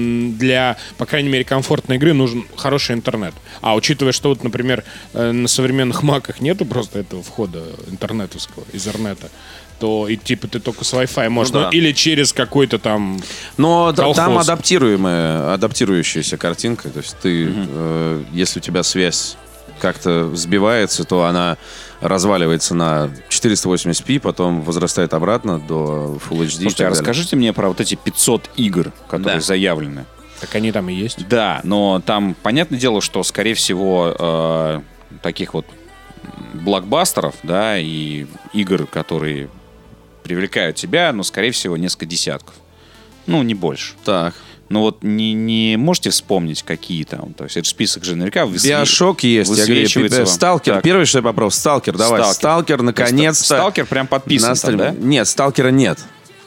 для, по крайней мере, комфортной игры нужен хороший интернет. А учитывая, что вот, например, на современных маках нету просто этого входа интернетовского, изернета, то и типа ты только с Wi-Fi можешь, Ну, да. ну, или через какой-то там... Но д- колхоз. там адаптируемая, адаптирующаяся картинка. То есть ты, mm-hmm. э, если у тебя связь как-то сбивается, то она разваливается на четыреста восемьдесят пи, потом возрастает обратно до Full эйч ди. Слушайте, а расскажите мне про вот эти пятьсот игр, которые Да. заявлены. Так они там и есть. Да, но там, понятное дело, что, скорее всего, э, таких вот блокбастеров, да, и игр, которые привлекают тебя, ну, скорее всего, несколько десятков. Ну, не больше. Так. Ну, вот не, не можете вспомнить, какие там? То есть, это список же наверняка высве- Биошок есть. Я говорю, высвечивается вам. Сталкер. Так. Первое, что я попробовал. Сталкер. Давай. Сталкер. Сталкер, наконец-то. Сталкер прям подписан на там, стрим- да? Нет, Сталкера нет.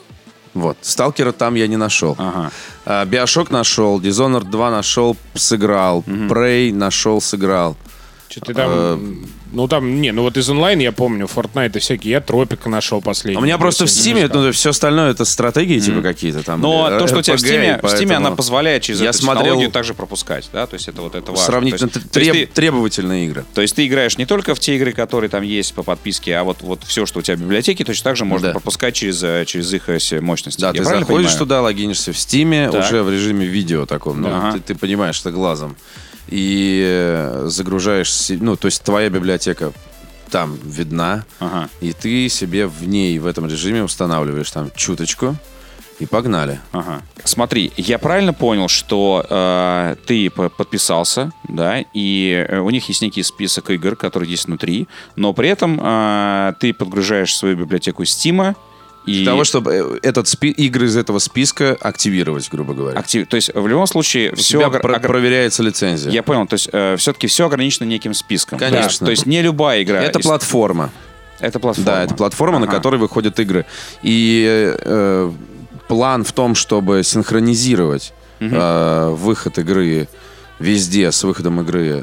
Вот. Сталкера там я не нашел. Ага. А, Биошок нашел. Dishonored два нашел, сыграл. Prey нашел, сыграл. Что ты там... Ну, там, не, ну вот из онлайн я помню, Fortnite и всякие. Я Тропика нашел последний. У меня просто в Steam, ну, все остальное это стратегии типа какие-то там. Но э, то, что у тебя в эр пи джи, Steam, в Steam поэтому она позволяет через я эту смотрел технологию также пропускать, да, то есть это вот это важно. Сравнительно то есть, треб- то есть ты, требовательные игры. то есть ты играешь не только в те игры, которые там есть по подписке, а вот, вот все, что у тебя в библиотеке, точно так же можно Да. пропускать через, э, через их э, мощности. Да, Я ты правильно заходишь понимаю? туда, логинишься в Steam, Так. уже в режиме видео таком. Ну, Ага. ты, ты понимаешь это глазом. И э, загружаешь, се- ну, то есть твоя библиотека там видна, Ага. и ты себе в ней, в этом режиме устанавливаешь там чуточку, и погнали. Ага. Смотри, я правильно понял, что э, ты п- подписался, да, и э, у них есть некий список игр, которые есть внутри, но при этом э, ты подгружаешь свою библиотеку Steam и Для того, чтобы э, этот спи- игры из этого списка активировать, грубо говоря. актив... То есть в любом случае У все тебя про- проверяется лицензия. Я понял, то есть э, все-таки все ограничено неким списком. Конечно. Да, то есть не любая игра. Это из- платформа. Это платформа. Да, это платформа, на Ага. которой выходят игры. И э, план в том, чтобы синхронизировать э, выход игры везде с выходом игры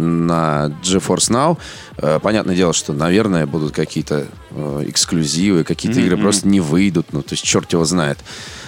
на GeForce Now. Э, понятное дело, что, наверное, будут какие-то э, эксклюзивы, какие-то игры просто не выйдут. Ну, то есть черт его знает.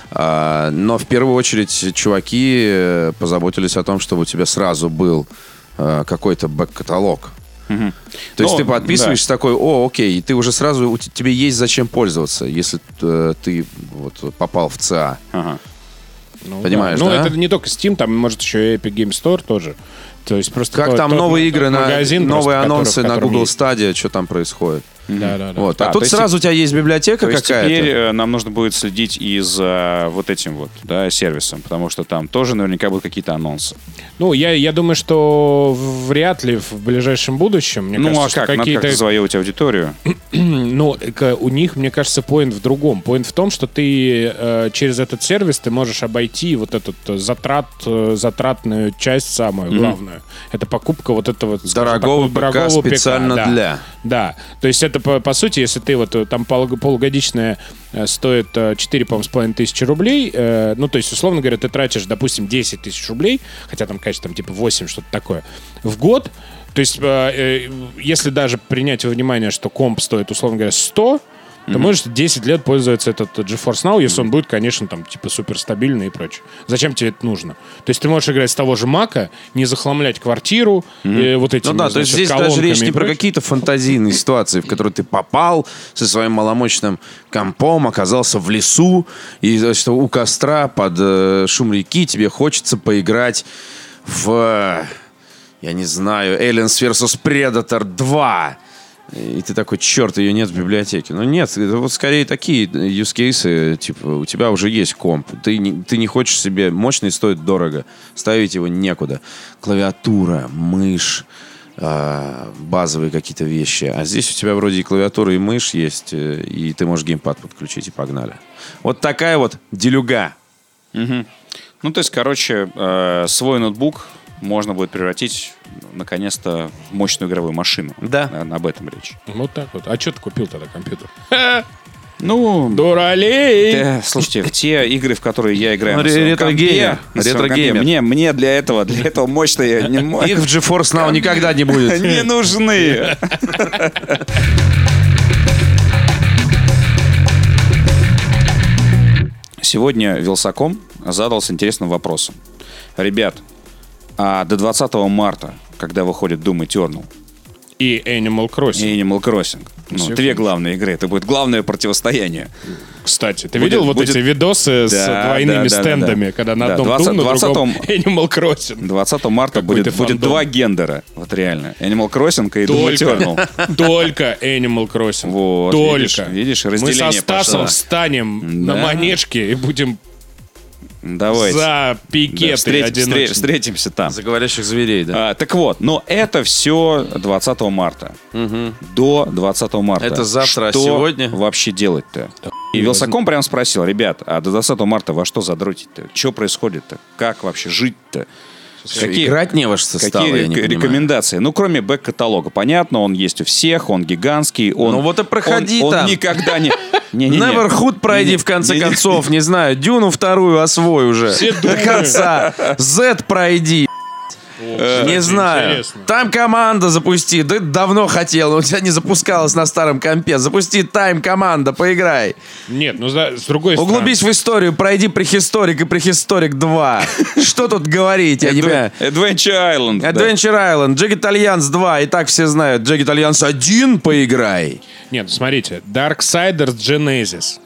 А, но в первую очередь чуваки э, позаботились о том, чтобы у тебя сразу был э, какой-то бэк-каталог. То есть Ну, ты подписываешься такой, о, окей, и ты уже сразу, у те- тебе есть зачем пользоваться, если э, ты вот попал в ЦА. Ага. Ну, Понимаешь, да? Ну, да? это не только Steam, там, может, еще и Epic Game Store тоже. То есть просто Как тот- там тот новые ма- игры, тот на, магазин новые просто, который- анонсы в на котором Google есть. Stadia, что там происходит. Да, да, да. Вот. Да, А то тут есть сразу у тебя есть библиотека То есть какая-то. теперь э, нам нужно будет следить и за вот этим вот, да, сервисом, потому что там тоже наверняка будут какие-то анонсы. Ну, я, я думаю, что вряд ли в ближайшем будущем. Мне ну, кажется, а что как? Надо какие-то... как-то завоевывать аудиторию. Ну, к- у них, мне кажется, поинт в другом. Поинт в том, что ты э, через этот сервис ты можешь обойти вот эту э, затрат, э, затратную часть самую главную. Это покупка вот этого скажем так, Дорогого вот ПК специально да. для. Да, то есть это, по, по сути, если ты вот э, там пол- полугодичная э, стоит э, четыре, по-моему, с половиной тысячи рублей, э, ну, то есть, условно говоря, ты тратишь, допустим, десять тысяч рублей, хотя там, конечно, там типа восемь, что-то такое, в год. То есть, э, э, если даже принять во внимание, что комп стоит, условно говоря, сто, то можешь десять лет пользоваться этот GeForce Now, если он будет, конечно, там, типа, суперстабильный и прочее. Зачем тебе это нужно? То есть ты можешь играть с того же Мака, не захламлять квартиру, э, вот этими, Ну да, то есть значит, здесь даже колонками речь не и про прочее. какие-то фантазийные ситуации, в которые ты попал со своим маломощным компом, оказался в лесу, и значит, у костра под э, шум реки тебе хочется поиграть в, я не знаю, Aliens versus Predator два. И ты такой, черт, ее нет в библиотеке. Ну нет, это вот скорее такие use cases, типа, у тебя уже есть комп. Ты не, ты не хочешь себе... Мощный стоит дорого. Ставить его некуда. Клавиатура, мышь, э, базовые какие-то вещи. А здесь у тебя вроде и клавиатура, и мышь есть, э, и ты можешь геймпад подключить, и погнали. Вот такая вот делюга. Угу. Ну, то есть, короче, э, свой ноутбук можно будет превратить, наконец-то, в мощную игровую машину. Да. Наверное, об этом речь. Вот так вот. А что ты купил тогда компьютер? Ну, Дуралей! да, слушайте, в те игры, в которые я играю Ну, на своем ретро-геймер. компе, на своем Ретро-геймер. компе, мне, мне для этого, для этого мощные не мо- Их в GeForce Now никогда не будет. не нужны. Сегодня Вилсаком задался интересным вопросом. Ребят, а до двадцатого марта, когда выходит Doom Eternal И Animal Crossing. и Animal Crossing, ну, Все, две конечно. главные игры, это будет главное противостояние. Кстати, ты Будет- видел вот будет- эти видосы с Да, двойными да, да, стендами, да. когда на Да, одном двадцать- Doom, на другом двадцатом Animal Crossing? двадцатого марта Какой будет, ты будет фандом. два гендера. Вот реально. Animal Crossing и Doom Только, Eternal. только Animal Crossing. Вот, только. видишь, видишь, Мы разделение со Стасом пошло. встанем на Да. манежке и будем Давайте. за Да, пикеты встретим- одиночные. встре- встретимся там. За говорящих зверей, да. А, так вот, но это все двадцатого марта. До двадцатого марта. Это завтра, а Что сегодня? вообще делать-то? И Вилсаком прям спросил: ребят, а до двадцатого марта во что задротить-то? Что происходит-то? Как вообще жить-то? Какие- Играть не во что стало, Какие я не рек- понимаю. рекомендации? Ну, кроме бэк-каталога. Понятно, он есть у всех, он гигантский. Он, Ну вот и проходи он, он там. никогда не... Не-не-не. Neverhood пройди, Не-не. в конце Не-не. концов, не знаю, Дюну вторую освой уже. Все До думают. конца. Z пройди. О, Не кстати, знаю. интересно. Тайм команда запусти. Да давно хотел, но у тебя не запускалось на старом компе. Запусти тайм команда, поиграй. Нет, ну за- с другой стороны. Углубись в историю, пройди Прехисторик и Прехисторик два. Что тут говорить, я не понимаю. Adventure Island. да. Adventure Island, Jagged Alliance два, и так все знают. Jagged Alliance один поиграй. Нет, смотрите. Darksiders Genesis.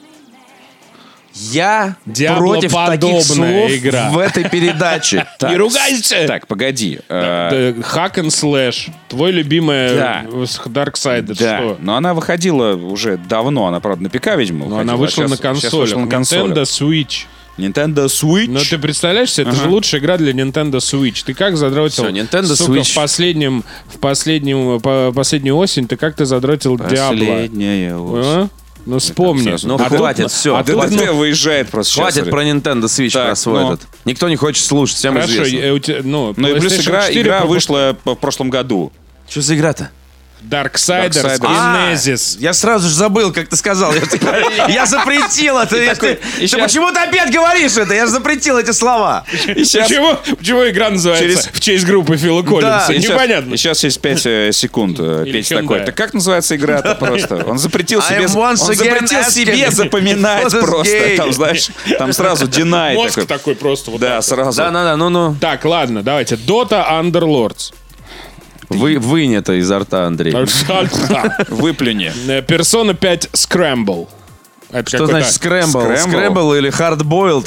Я Диабло против таких подобная слов игра. в этой передаче. Не ругайся! Так, погоди. э, Hack and Slash. Твой любимый Да. Darksiders. Да, Что? но она выходила уже давно. Она, правда, на ПК, видимо, Но выходила, она а вышла щас- на щас консолях. вышла на консолях. Nintendo Switch. Nintendo Switch. Ну ты представляешь себе, это же лучшая игра для Nintendo Switch. Ты как задротил... Всё, Nintendo сука, Switch. в последнем... В последнем... По, последнюю осень ты как-то задротил Диабло. Последняя осень. А? Ну вспомни. сразу. Ну А тут- хватит, все. а тут, ДДТ ну, выезжает просто сейчас. Хватит про Nintendo Switch, Так, про свой ну. этот. Никто не хочет слушать, всем Хорошо, известно. э, у тебя, ну, Ну и плюс PlayStation игра, четыре игра по- вышла в прошлом году. Что за игра-то? Darksiders Darksiders. Genesis. Я сразу же забыл, как ты сказал. Я- Я запретил это. И такой, Ты и ты щас- почему ты опять говоришь это? Я же запретил эти слова. И сейчас, Почему, почему игра называется Через- в честь группы Фила Коллинса? и щас- Непонятно. и сейчас есть пять секунд. э, Или Петя такой. Hyundai. Так как называется игра-то просто? Он запретил I себе, am он once again запретил asking, себе запоминать what is просто. gay? Там, знаешь, там сразу deny. Мозг такой. такой просто вот Да, так. сразу. Да-да-да, ну-ну. Так, ладно, давайте. Dota Underlords. Вы, вынь это изо рта, Андрей. Выплюни. Persona пять Scramble. Это Что какой-то- значит скрэмбл? Scramble? Скрэмбл или хардбойл?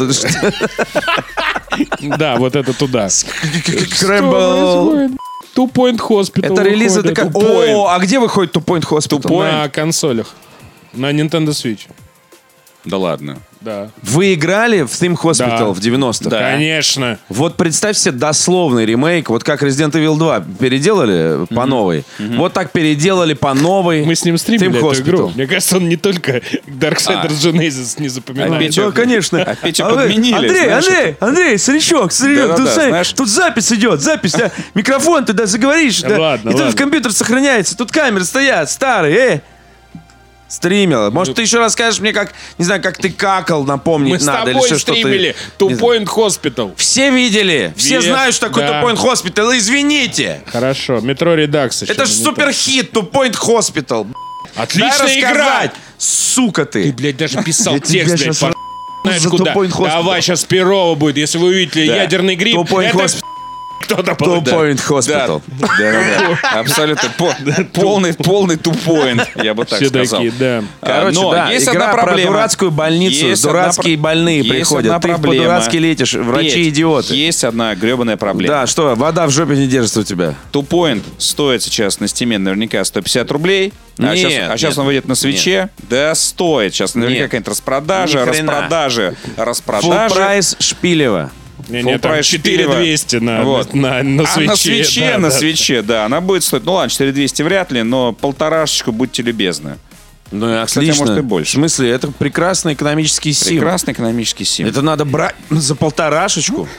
Да, вот это туда. Скрэмбл. Two Point Hospital. Это релиз, это выходит. как... О, а где выходит Two Point Hospital? На консолях. На Nintendo Switch. Да ладно. Да. Вы играли в Theme Hospital Да. в девяностых? Да. Конечно. Вот представь себе дословный ремейк, вот как Resident Evil два переделали по новой, вот так переделали по новой. Мы с ним стримили Theme эту игру. Hospital. Мне кажется, он не только Darksiders Genesis не запоминает. А Петя- Да, конечно. А Петю А вы- подменили, Андрей, знаешь, Андрей, Андрей, старичок, старичок, Да-да-да, тут, знаешь, знаешь. тут запись идет, запись, да, микрофон, ты да, заговоришь, да, Ладно, и тут ладно. в компьютер сохраняется, тут камеры стоят, старые, э. Стримил. Может, ты еще расскажешь мне, как, не знаю, как ты какал, напомнить Мы с надо, или тобой еще что-то. стримили Не Two знаю. Point Hospital. Все видели, все Вес, знают, что такое да. Two Point Hospital, извините. Хорошо. Метро Редакс. Это ж суперхит, Two Point Hospital. Дай Отличная игра. рассказать, сука Ты, ты. блядь, даже писал Я тебя текст, блядь, щас по- знаешь за куда. Two Point Hospital. Давай, сейчас Перово будет. Если вы увидите ядерный гриб, Two Point это Hospital. кто-то Two получает. Point Hospital. Да, да, да. Абсолютно по- полный, полный two-point, я бы так Все сказал. такие, да. Короче, Но да, есть игра одна про проблема. дурацкую больницу, Есть одна дурацкие про- больные есть приходят, одна ты проблема. по-дурацки летишь, Петь, врачи-идиоты. Есть одна гребаная проблема. Да, что, вода в жопе не держится у тебя? Two Point стоит сейчас на стиме наверняка сто пятьдесят рублей. А Нет, сейчас, а сейчас нет, он выйдет на свече. Да, стоит. Сейчас наверняка Нет. какая-нибудь распродажа, Ни хрена. распродажи, Full распродажи. прайс Шпилева. Не, Full не, там price четыре Шпилева. двести на, Вот. на, на, А свече. на свече, да, на да. свече, да. Она будет стоить, ну ладно, четыре двести вряд ли, но полторашечку, будьте любезны. Ну, Кстати, отлично. может, и больше. В смысле, это прекрасный экономический сим. Прекрасный экономический сим. Это надо брать за полторашечку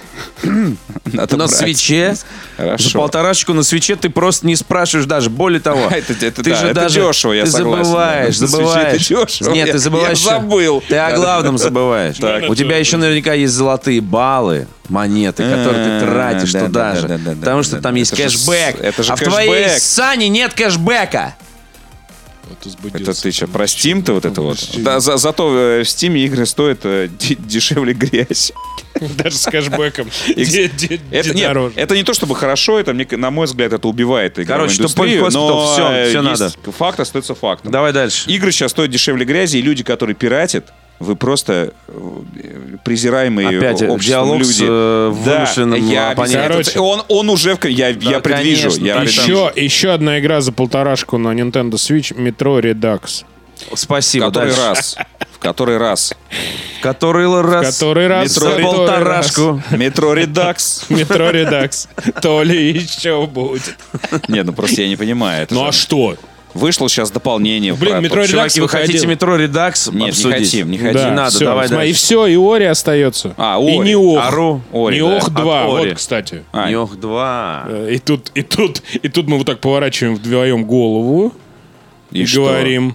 Надо на брать. свече. Хорошо. За полторашечку на свече ты просто не спрашиваешь даже. Более того, Это, это, ты да, же это даже дешево, я ты согласен. забываешь, да. На свече забываешь. это дешево. Нет, Я- ты забываешь. Я забыл. Ты о главном забываешь. Так. У тебя еще наверняка есть золотые баллы, монеты, которые ты А, тратишь да, туда да, же. да, да, да, Потому да, что да, там да. есть Это же кэшбэк. с- это же А в твоей кэшбэк. Сане нет кэшбэка. Вот узбудился. Это ты что, про Steam-то вот это вот? Да, за- зато э, в Steam игры стоят э, д- дешевле грязь. Даже с кэшбэком. Икс- Де- де- Это, де- нет, дороже. это не то чтобы хорошо, это, мне, на мой взгляд, это убивает игровую Короче, индустрию, Two Point Hospital, но всё, э, всё есть надо. факт остается фактом. Давай дальше. Игры сейчас стоят дешевле грязи, и люди, которые пиратят, вы просто э, презираемые Опять обществом диалог люди. с э, Да, вымышленным я оппонентом. объясняю. Короче. он, он уже в... Я, я предвижу. конечно, я так, предвижу. Еще, еще одна игра за полторашку на Nintendo Switch — Metro Redux. В Спасибо. который дальше. раз. В который раз. В который раз. Который раз. За который полторашку. Метро Редакс. Metro Redux. То ли еще будет. Нет, ну просто я не понимаю. это Ну же. а что? Вышло сейчас дополнение. Блин, про- Metro Redux Чуваки, вы выходил. хотите метро Редакс Нет, обсудить? не хотим, не хотим. Да, Не надо, всё, давай смотри, И дальше. все, и Ори остается. А, И Ори. не Ох. Ару. Ори, не да. Ох два. От Ори. Вот, кстати. А, Нёх два. Э, И тут, и тут, и тут мы вот так поворачиваем вдвоем голову и, и что? говорим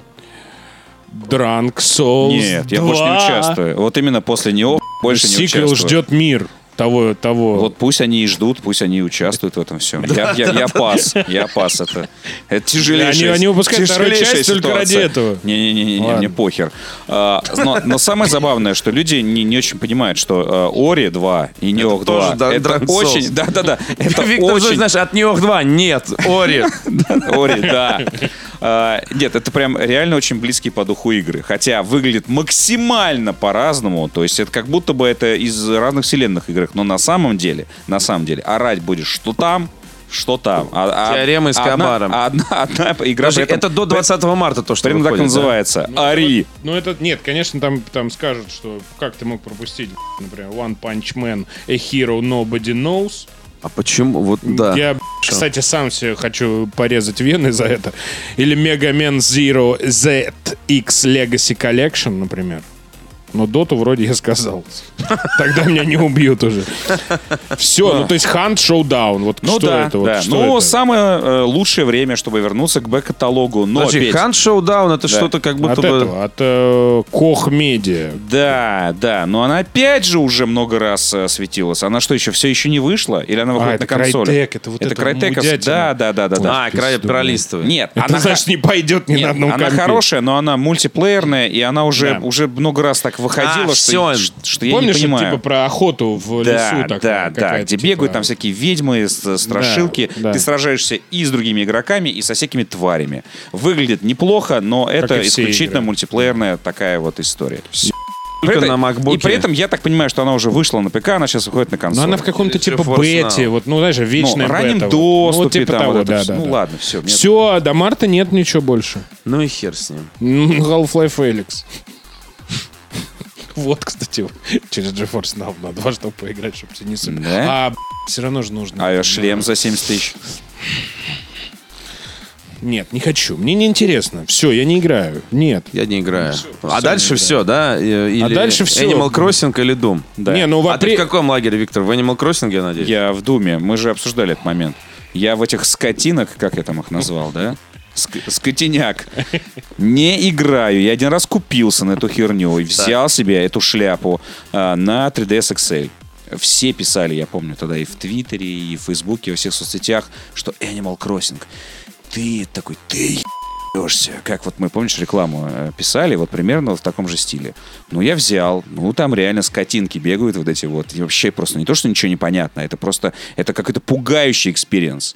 Drunk Souls Нет, я два. больше не участвую. Вот именно после него больше не Сиквел участвую. ждет мир того, того. Вот пусть они и ждут, пусть они и участвуют в этом всем. Я, я, я пас, я пас это. Это тяжелейшая Они- они выпускают вторую тяжелейшая часть только ситуация. ради этого. Не-не-не, Ладно. мне похер. А, но, но самое забавное, что люди не, не очень понимают, что а, Ори два и Неох два тоже да- это Dark Souls. очень... Да-да-да. Это Виктор, очень... знаешь, от Нёх два нет. Ори. Ори, да. А, нет, это прям реально очень близкие по духу игры. Хотя выглядит максимально по-разному. То есть это как будто бы это из разных вселенных игр. Но на самом деле, на самом деле, орать будешь что там, что там. А, а- Теорема с одна- Кабаром. Одна, одна игра... Подожди, при этом- это до двадцатого марта то, что Примерно так и выходит, да? называется. Ори. Ну, это, нет, конечно, там, там скажут, что как ты мог пропустить, например, One Punch Man, A Hero Nobody Knows. А почему? Вот, да. Я, кстати, сам себе хочу порезать вены за это. Или Mega Man Zero зет икс Legacy Collection, например. Но доту вроде я сказал. Тогда меня не убьют уже. Все, ну то есть Hunt Showdown. Вот Ну что да, это? Вот да. что Ну, это? самое э, лучшее время, чтобы вернуться к бэк-каталогу. Но, Подожди, Петь, Hunt Showdown это Да. что-то как будто От бы... этого, от э, Koch Media. Да, да, но она опять же уже много раз э, светилась. Она что еще, все еще не вышла? Или она выходит это на консоли? Crytek, это вот это Crytek, мудятина. да, да, да, да, да. А, край пролистывай. Нет, Это она, значит, не пойдет ни нет, на одном она компе. хорошая, но она мультиплеерная, и она уже, Да. уже много раз так выходила, А, что, всё. что, что я Помнишь, не это понимаю. типа про охоту в Да, лесу такая да, да, какая-то, где типа, бегают там всякие ведьмы, с- страшилки. Да, да. Ты сражаешься и с другими игроками, и со всякими тварями. Выглядит неплохо, но это и все исключительно игры. мультиплеерная такая вот история. Только При этом- на MacBook. И при этом я так понимаю, что она уже вышла на ПК, она сейчас выходит на консоль. Но она в каком-то Или типа GeForce бете, Now. вот, ну, знаешь, вечная ну, раннем бета. доступе, ну, вот типа там, того, вот это да, всё. да, Ну да. ладно, все. Все, а до марта нет ничего больше. Ну и хер с ним. М, Half-Life Alyx. Вот, кстати, через GeForce Now надо во что поиграть, чтобы тебе не супер. Да? А, все равно же нужно. А шлем за семьдесят тысяч. Нет, не хочу. Мне не интересно. Все, я не играю. Нет. Я не играю. а всё, дальше не все, да? И- Или дальше всё. Animal Crossing или Doom? Да. Не, ну в А ты апре- в каком лагере, Виктор? В Animal Crossing, я надеюсь? Я в Думе. Мы же обсуждали этот момент. Я в этих скотинок, как я там их назвал, да? Ск- скотиняк. Не играю. Я один раз купился на эту херню и взял себе эту шляпу а, на три ди эс икс эл. Все писали, я помню, тогда и в Твиттере, и в Фейсбуке, и во всех соцсетях, что Animal Crossing. Ты такой, ты ебешься. Как вот мы, помнишь, рекламу писали, вот примерно в таком же стиле. Ну, я взял, ну, там реально скотинки бегают вот эти вот. И вообще просто не то, что ничего не понятно, это просто, это какой-то пугающий экспириенс.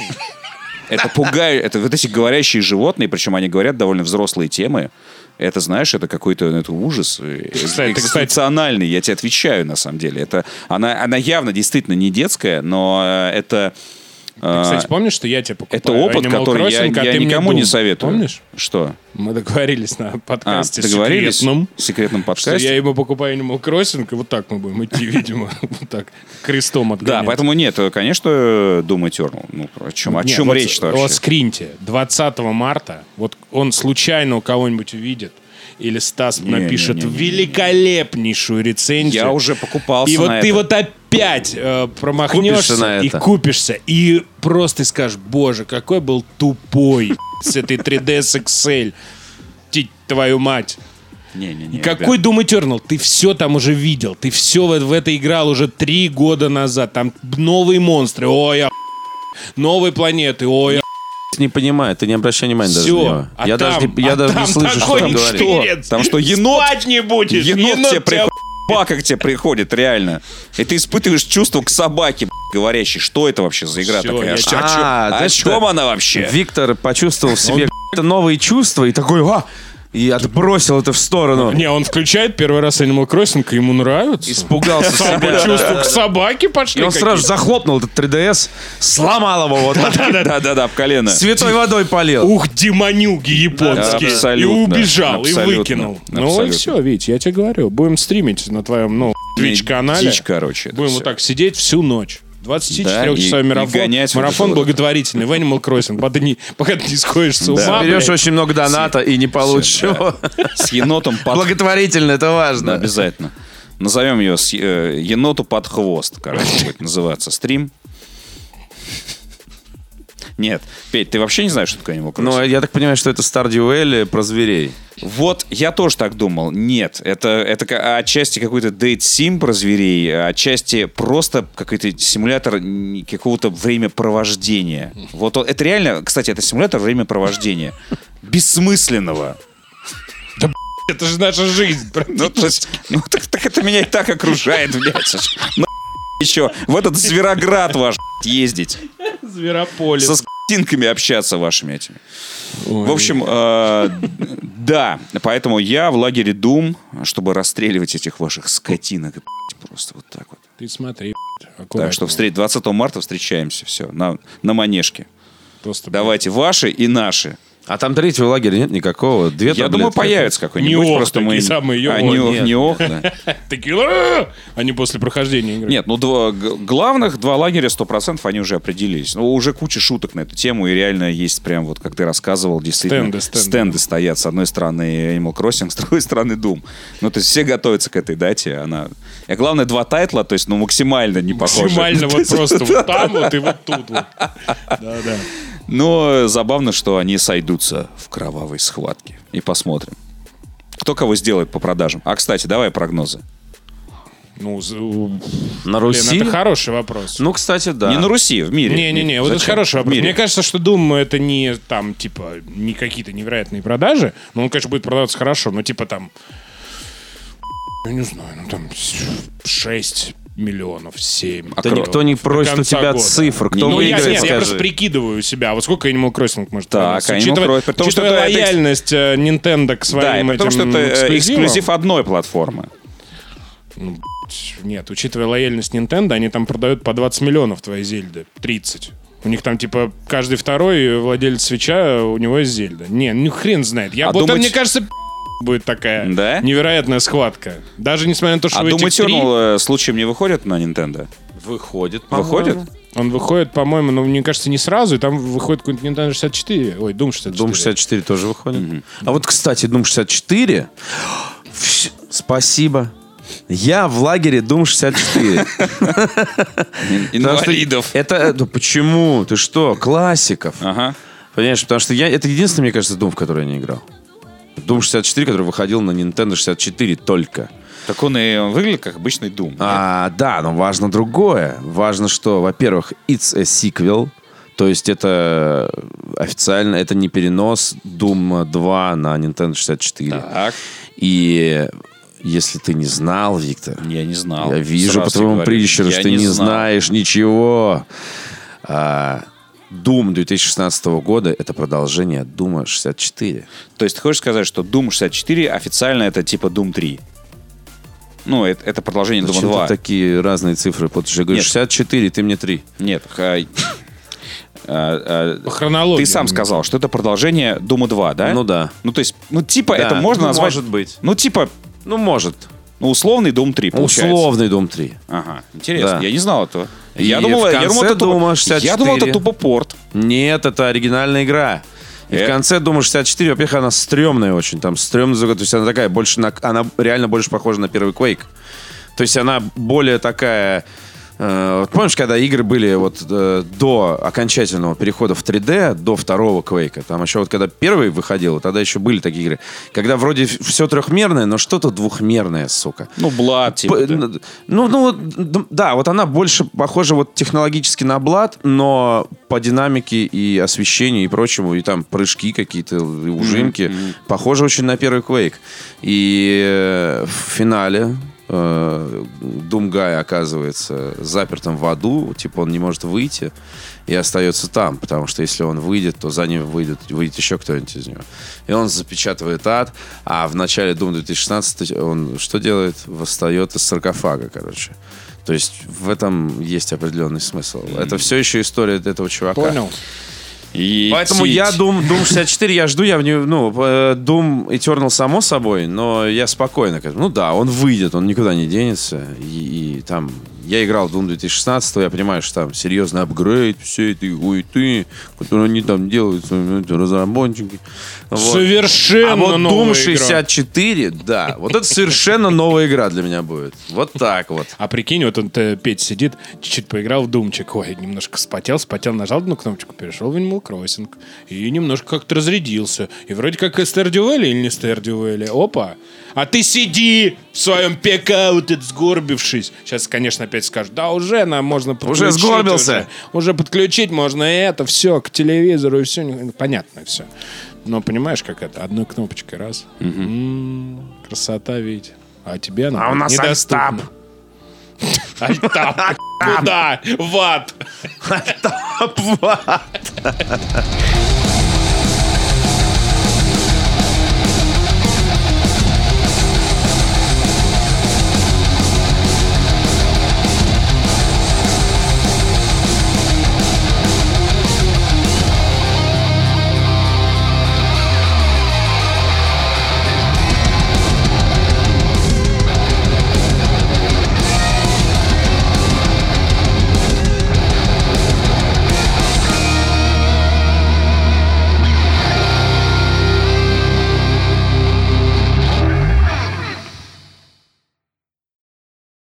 Это пугаю, это вот эти говорящие животные, причем они говорят довольно взрослые темы. Это, знаешь, это какой-то это ужас кстати, экзистенциональный, я тебе отвечаю, на самом деле. Это, она, она явно действительно не детская, но это... Ты, кстати, помнишь, что я тебе покупаю это опыт, Animal который Crossing, я, а я ты никому мне не советую. Помнишь? Что? Мы договорились на подкасте а, договорились? секретном. В секретном подкасте? Что я ему покупаю Animal Crossing, и вот так мы будем идти, видимо, вот так, крестом отгонять. Да, поэтому нет, конечно, Doom Eternal. Ну, о чем, о нет, чем вот, речь-то вообще? Вот скриньте, двадцатого марта, вот он случайно у кого-нибудь увидит, или Стас не, напишет не, не, не, великолепнейшую рецензию. Я уже покупался и на вот это. ты вот опять э, промахнешься и купишься, и просто скажешь, боже, какой был тупой с этой три ди эс икс эл. Ти, твою мать. Не, не, не, какой ребят. Doom Eternal? Ты все там уже видел. Ты все в, в это играл уже три года назад. Там новые монстры. Ой, я новые планеты. Ой, я не понимаю, ты не обращай внимания даже на него. А я там, даже, не, я а даже там не слышу, что он говорит. Что? Там что, енот? Спать не будешь. Енот, енот тебе тебя... приходит, собака к тебе приходит, реально. И ты испытываешь чувство к собаке, говорящей. Что это вообще за игра Всё, такая? я О чё- чём- А, о чем она вообще? Виктор почувствовал в себе какие-то новые чувства и такой, а, и отбросил это в сторону. Не, он включает первый раз Animal Crossing, и ему нравится. Испугался себя. Чувства к собаке пошли. И он сразу же захлопнул этот три ди эс, сломал его вот так. Да-да-да, об колено. Святой водой полил. Ух, демонюги японские. Абсолютно, И убежал, абсолютно, и выкинул. Ну и абсолютно. все, Вить, я тебе говорю. Будем стримить на твоем, ну, Twitch-канале. Дичь, короче. это Будем всё. вот так сидеть всю ночь. двадцатичетырёхчасовой Да, и- и марафон. гонять вот Марафон это вот. благотворительный в Animal Crossing. Пока ты не, пока ты не сходишь с ума, Берешь блядь. очень много доната и не получишь его. С енотом под... Благотворительно, это Да, важно. обязательно. Назовем ее с, э, еноту под хвост, короче, будет называться стрим. Нет, Петь, ты вообще не знаешь, что такое Animal Crossing? Ну, я так понимаю, что это Stardew Valley про зверей. Вот, я тоже так думал. Нет, это, это ка- отчасти какой-то дейт-сим про зверей, а отчасти просто какой-то симулятор н- какого-то времяпровождения. Вот он- это реально, кстати, это симулятор времяпровождения. Бессмысленного. Это же наша жизнь. Ну, то есть, ну так, так это меня и так окружает, блядь. Ну, еще в этот Звероград ваш ездить. Зверополис. Со скотинками общаться вашими этими. В общем, э, да, поэтому я в лагере Doom, чтобы расстреливать этих ваших скотинок. Просто вот так вот. Ты смотри, аккуратно. Так что встреч- двадцатого марта встречаемся, все, на, на Манежке. Просто, Давайте ваши и наши. А там третьего лагеря нет никакого. Две Я думаю, таблетки. появится какой-нибудь. Не ох, просто такие мы... самые, А, ё- не, О, ох, нет. не ох, да. Такие, «А-а-а!» они после прохождения игры. Нет, ну два г- главных, два лагеря сто процентов они уже определились. Ну, уже куча шуток на эту тему, и реально есть прям, вот как ты рассказывал, действительно, Стенды, стенды. стоят. С одной стороны Animal Crossing, с другой стороны Doom. Ну, то есть все готовятся к этой дате. Она... И главное, два тайтла, то есть, ну, максимально не похожи. Максимально вот просто вот там вот и вот тут вот. Да-да. Но забавно, что они сойдутся в кровавой схватке. И посмотрим. Кто кого сделает по продажам. А, кстати, давай прогнозы. Ну, з- у- На блин, Руси? это хороший вопрос. Ну, кстати, да. Не на Руси, в мире. Не-не-не, вот это Зачем? хороший В вопрос. мире. Мне кажется, что Doom это не там, типа, не какие-то невероятные продажи, но он, конечно, будет продаваться хорошо, но типа там, я не знаю, ну там шесть миллионов, семь. Да никто не просит у тебя цифр. Кто Ну, я, выиграет, нет, я скажи. просто прикидываю себя. Вот сколько Animal Crossing может Так, продаться? Animal Учитывая, Crossing, при том, что учитывая это- это экс- лояльность э, Nintendo к Да, своим и потому что этим это э, эксклюзивам. эксклюзив одной платформы. Ну, блядь, нет, учитывая лояльность Nintendo, они там продают по двадцать миллионов твоей Зельды. тридцать. У них там, типа, каждый второй владелец свеча, у него есть Зельда. Не, ну хрен знает. Я, А вот это, думать- мне кажется, будет такая Да? невероятная схватка. Даже несмотря на то, что А в Doom этих три... Eternal э, случаем не выходит на Nintendo? Выходит, Выходит? по-моему. Он выходит, по-моему, ну, мне кажется, не сразу, и там выходит какой-нибудь Nintendo шестьдесят четыре. Ой, Doom шестьдесят четыре. Doom шестьдесят четыре тоже выходит. А вот, кстати, Doom шестьдесят четыре... Фш, Спасибо. Я в лагере Doom шестьдесят четыре. Потому что Инвалидов. Это, ну почему? Ты что? Классиков. Ага. Понимаешь, потому что я, это единственный, мне кажется, Doom, в который я не играл. Doom шестьдесят четыре, который выходил на Nintendo шестьдесят четыре только. Так он и он выглядит как обычный Doom. А, да, но важно другое. Важно, что, во-первых, it's a sequel. То есть это официально, это не перенос Doom два на Nintendo шестьдесят четыре. Так. И если ты не знал, Виктор... Я не знал. Я вижу по твоему прищуру, что ты не, не знаешь ничего. А, Doom две тысячи шестнадцатого года — это продолжение Doom шестьдесят четыре. То есть ты хочешь сказать, что Doom шестьдесят четыре официально это типа Doom три? Ну, это, это продолжение Doom два. Ты такие разные цифры? Вот я говорю, шестьдесят четыре, ты мне три. Нет. Хронология. Ты сам сказал, что это продолжение Doom два, да? Ну да. Ну, то есть, ну, типа, да, это можно ну, назвать... Может быть. Ну, типа... Ну, может. Ну, условный Doom три, получается. Условный Doom три. Ага, интересно. Да. Я не знал этого. И я думал, в я думал, конце это тупо... Doom шестьдесят четыре... Я думал, это тупо порт. Нет, это оригинальная игра. И э? в конце Doom шестьдесят четыре, во-первых, она стрёмная очень. Там стрёмный звук. То есть она такая, больше на... Она реально больше похожа на первый Quake. То есть она более такая... Э, помнишь, когда игры были вот э, до окончательного перехода в три дэ, до второго Quake, там еще вот когда первый выходил, тогда еще были такие игры, когда вроде все трехмерное, но что-то двухмерное, сука. Ну, Blood, типа. П- да. Ну, ну, да, вот она больше похожа вот технологически на Blood, но по динамике и освещению и прочему, и там прыжки какие-то, и ужимки, mm-hmm. похоже очень на первый Quake. И э, в финале Думгай оказывается запертым в аду, типа он не может выйти и остается там, потому что если он выйдет, то за ним выйдет, выйдет еще кто-нибудь из него. И он запечатывает ад, а в начале Doom две тысячи шестнадцатого он что делает? Восстает из саркофага, короче. То есть в этом есть определенный смысл. Mm-hmm. Это все еще история этого чувака. Понял. И Поэтому тить. я Doom, Doom шестьдесят четыре, я жду, я в не, ну, Doom Eternal само собой, но я спокойно, ну да, он выйдет, он никуда не денется, и, и там, я играл в Doom две тысячи шестнадцатого, я понимаю, что там серьезный апгрейд всей этой хуеты, которую они там делают, разработчики. Вот. Совершенно а вот новая Doom шестьдесят четыре, игра. да, вот это совершенно новая игра для меня будет. Вот так вот. А прикинь, вот он Петя сидит, чуть-чуть поиграл в Думчик, ой, немножко спотел, спотел, нажал одну кнопочку, перешел в Animal Crossing, и немножко как-то разрядился. И вроде как Stardew Valley или не Stardew Valley, опа. А ты сиди в своем пек-ауте, сгорбившись. Сейчас, конечно, опять скажут, да уже нам можно подключить. Уже сгорбился. Уже, уже подключить можно это, все, к телевизору и все. Понятно все. Но понимаешь, как это? Одной кнопочкой раз. Угу. М-м, красота, ведь. А тебе она а у нас недоступна. Альтап. Куда? В ад. Альтап в ад.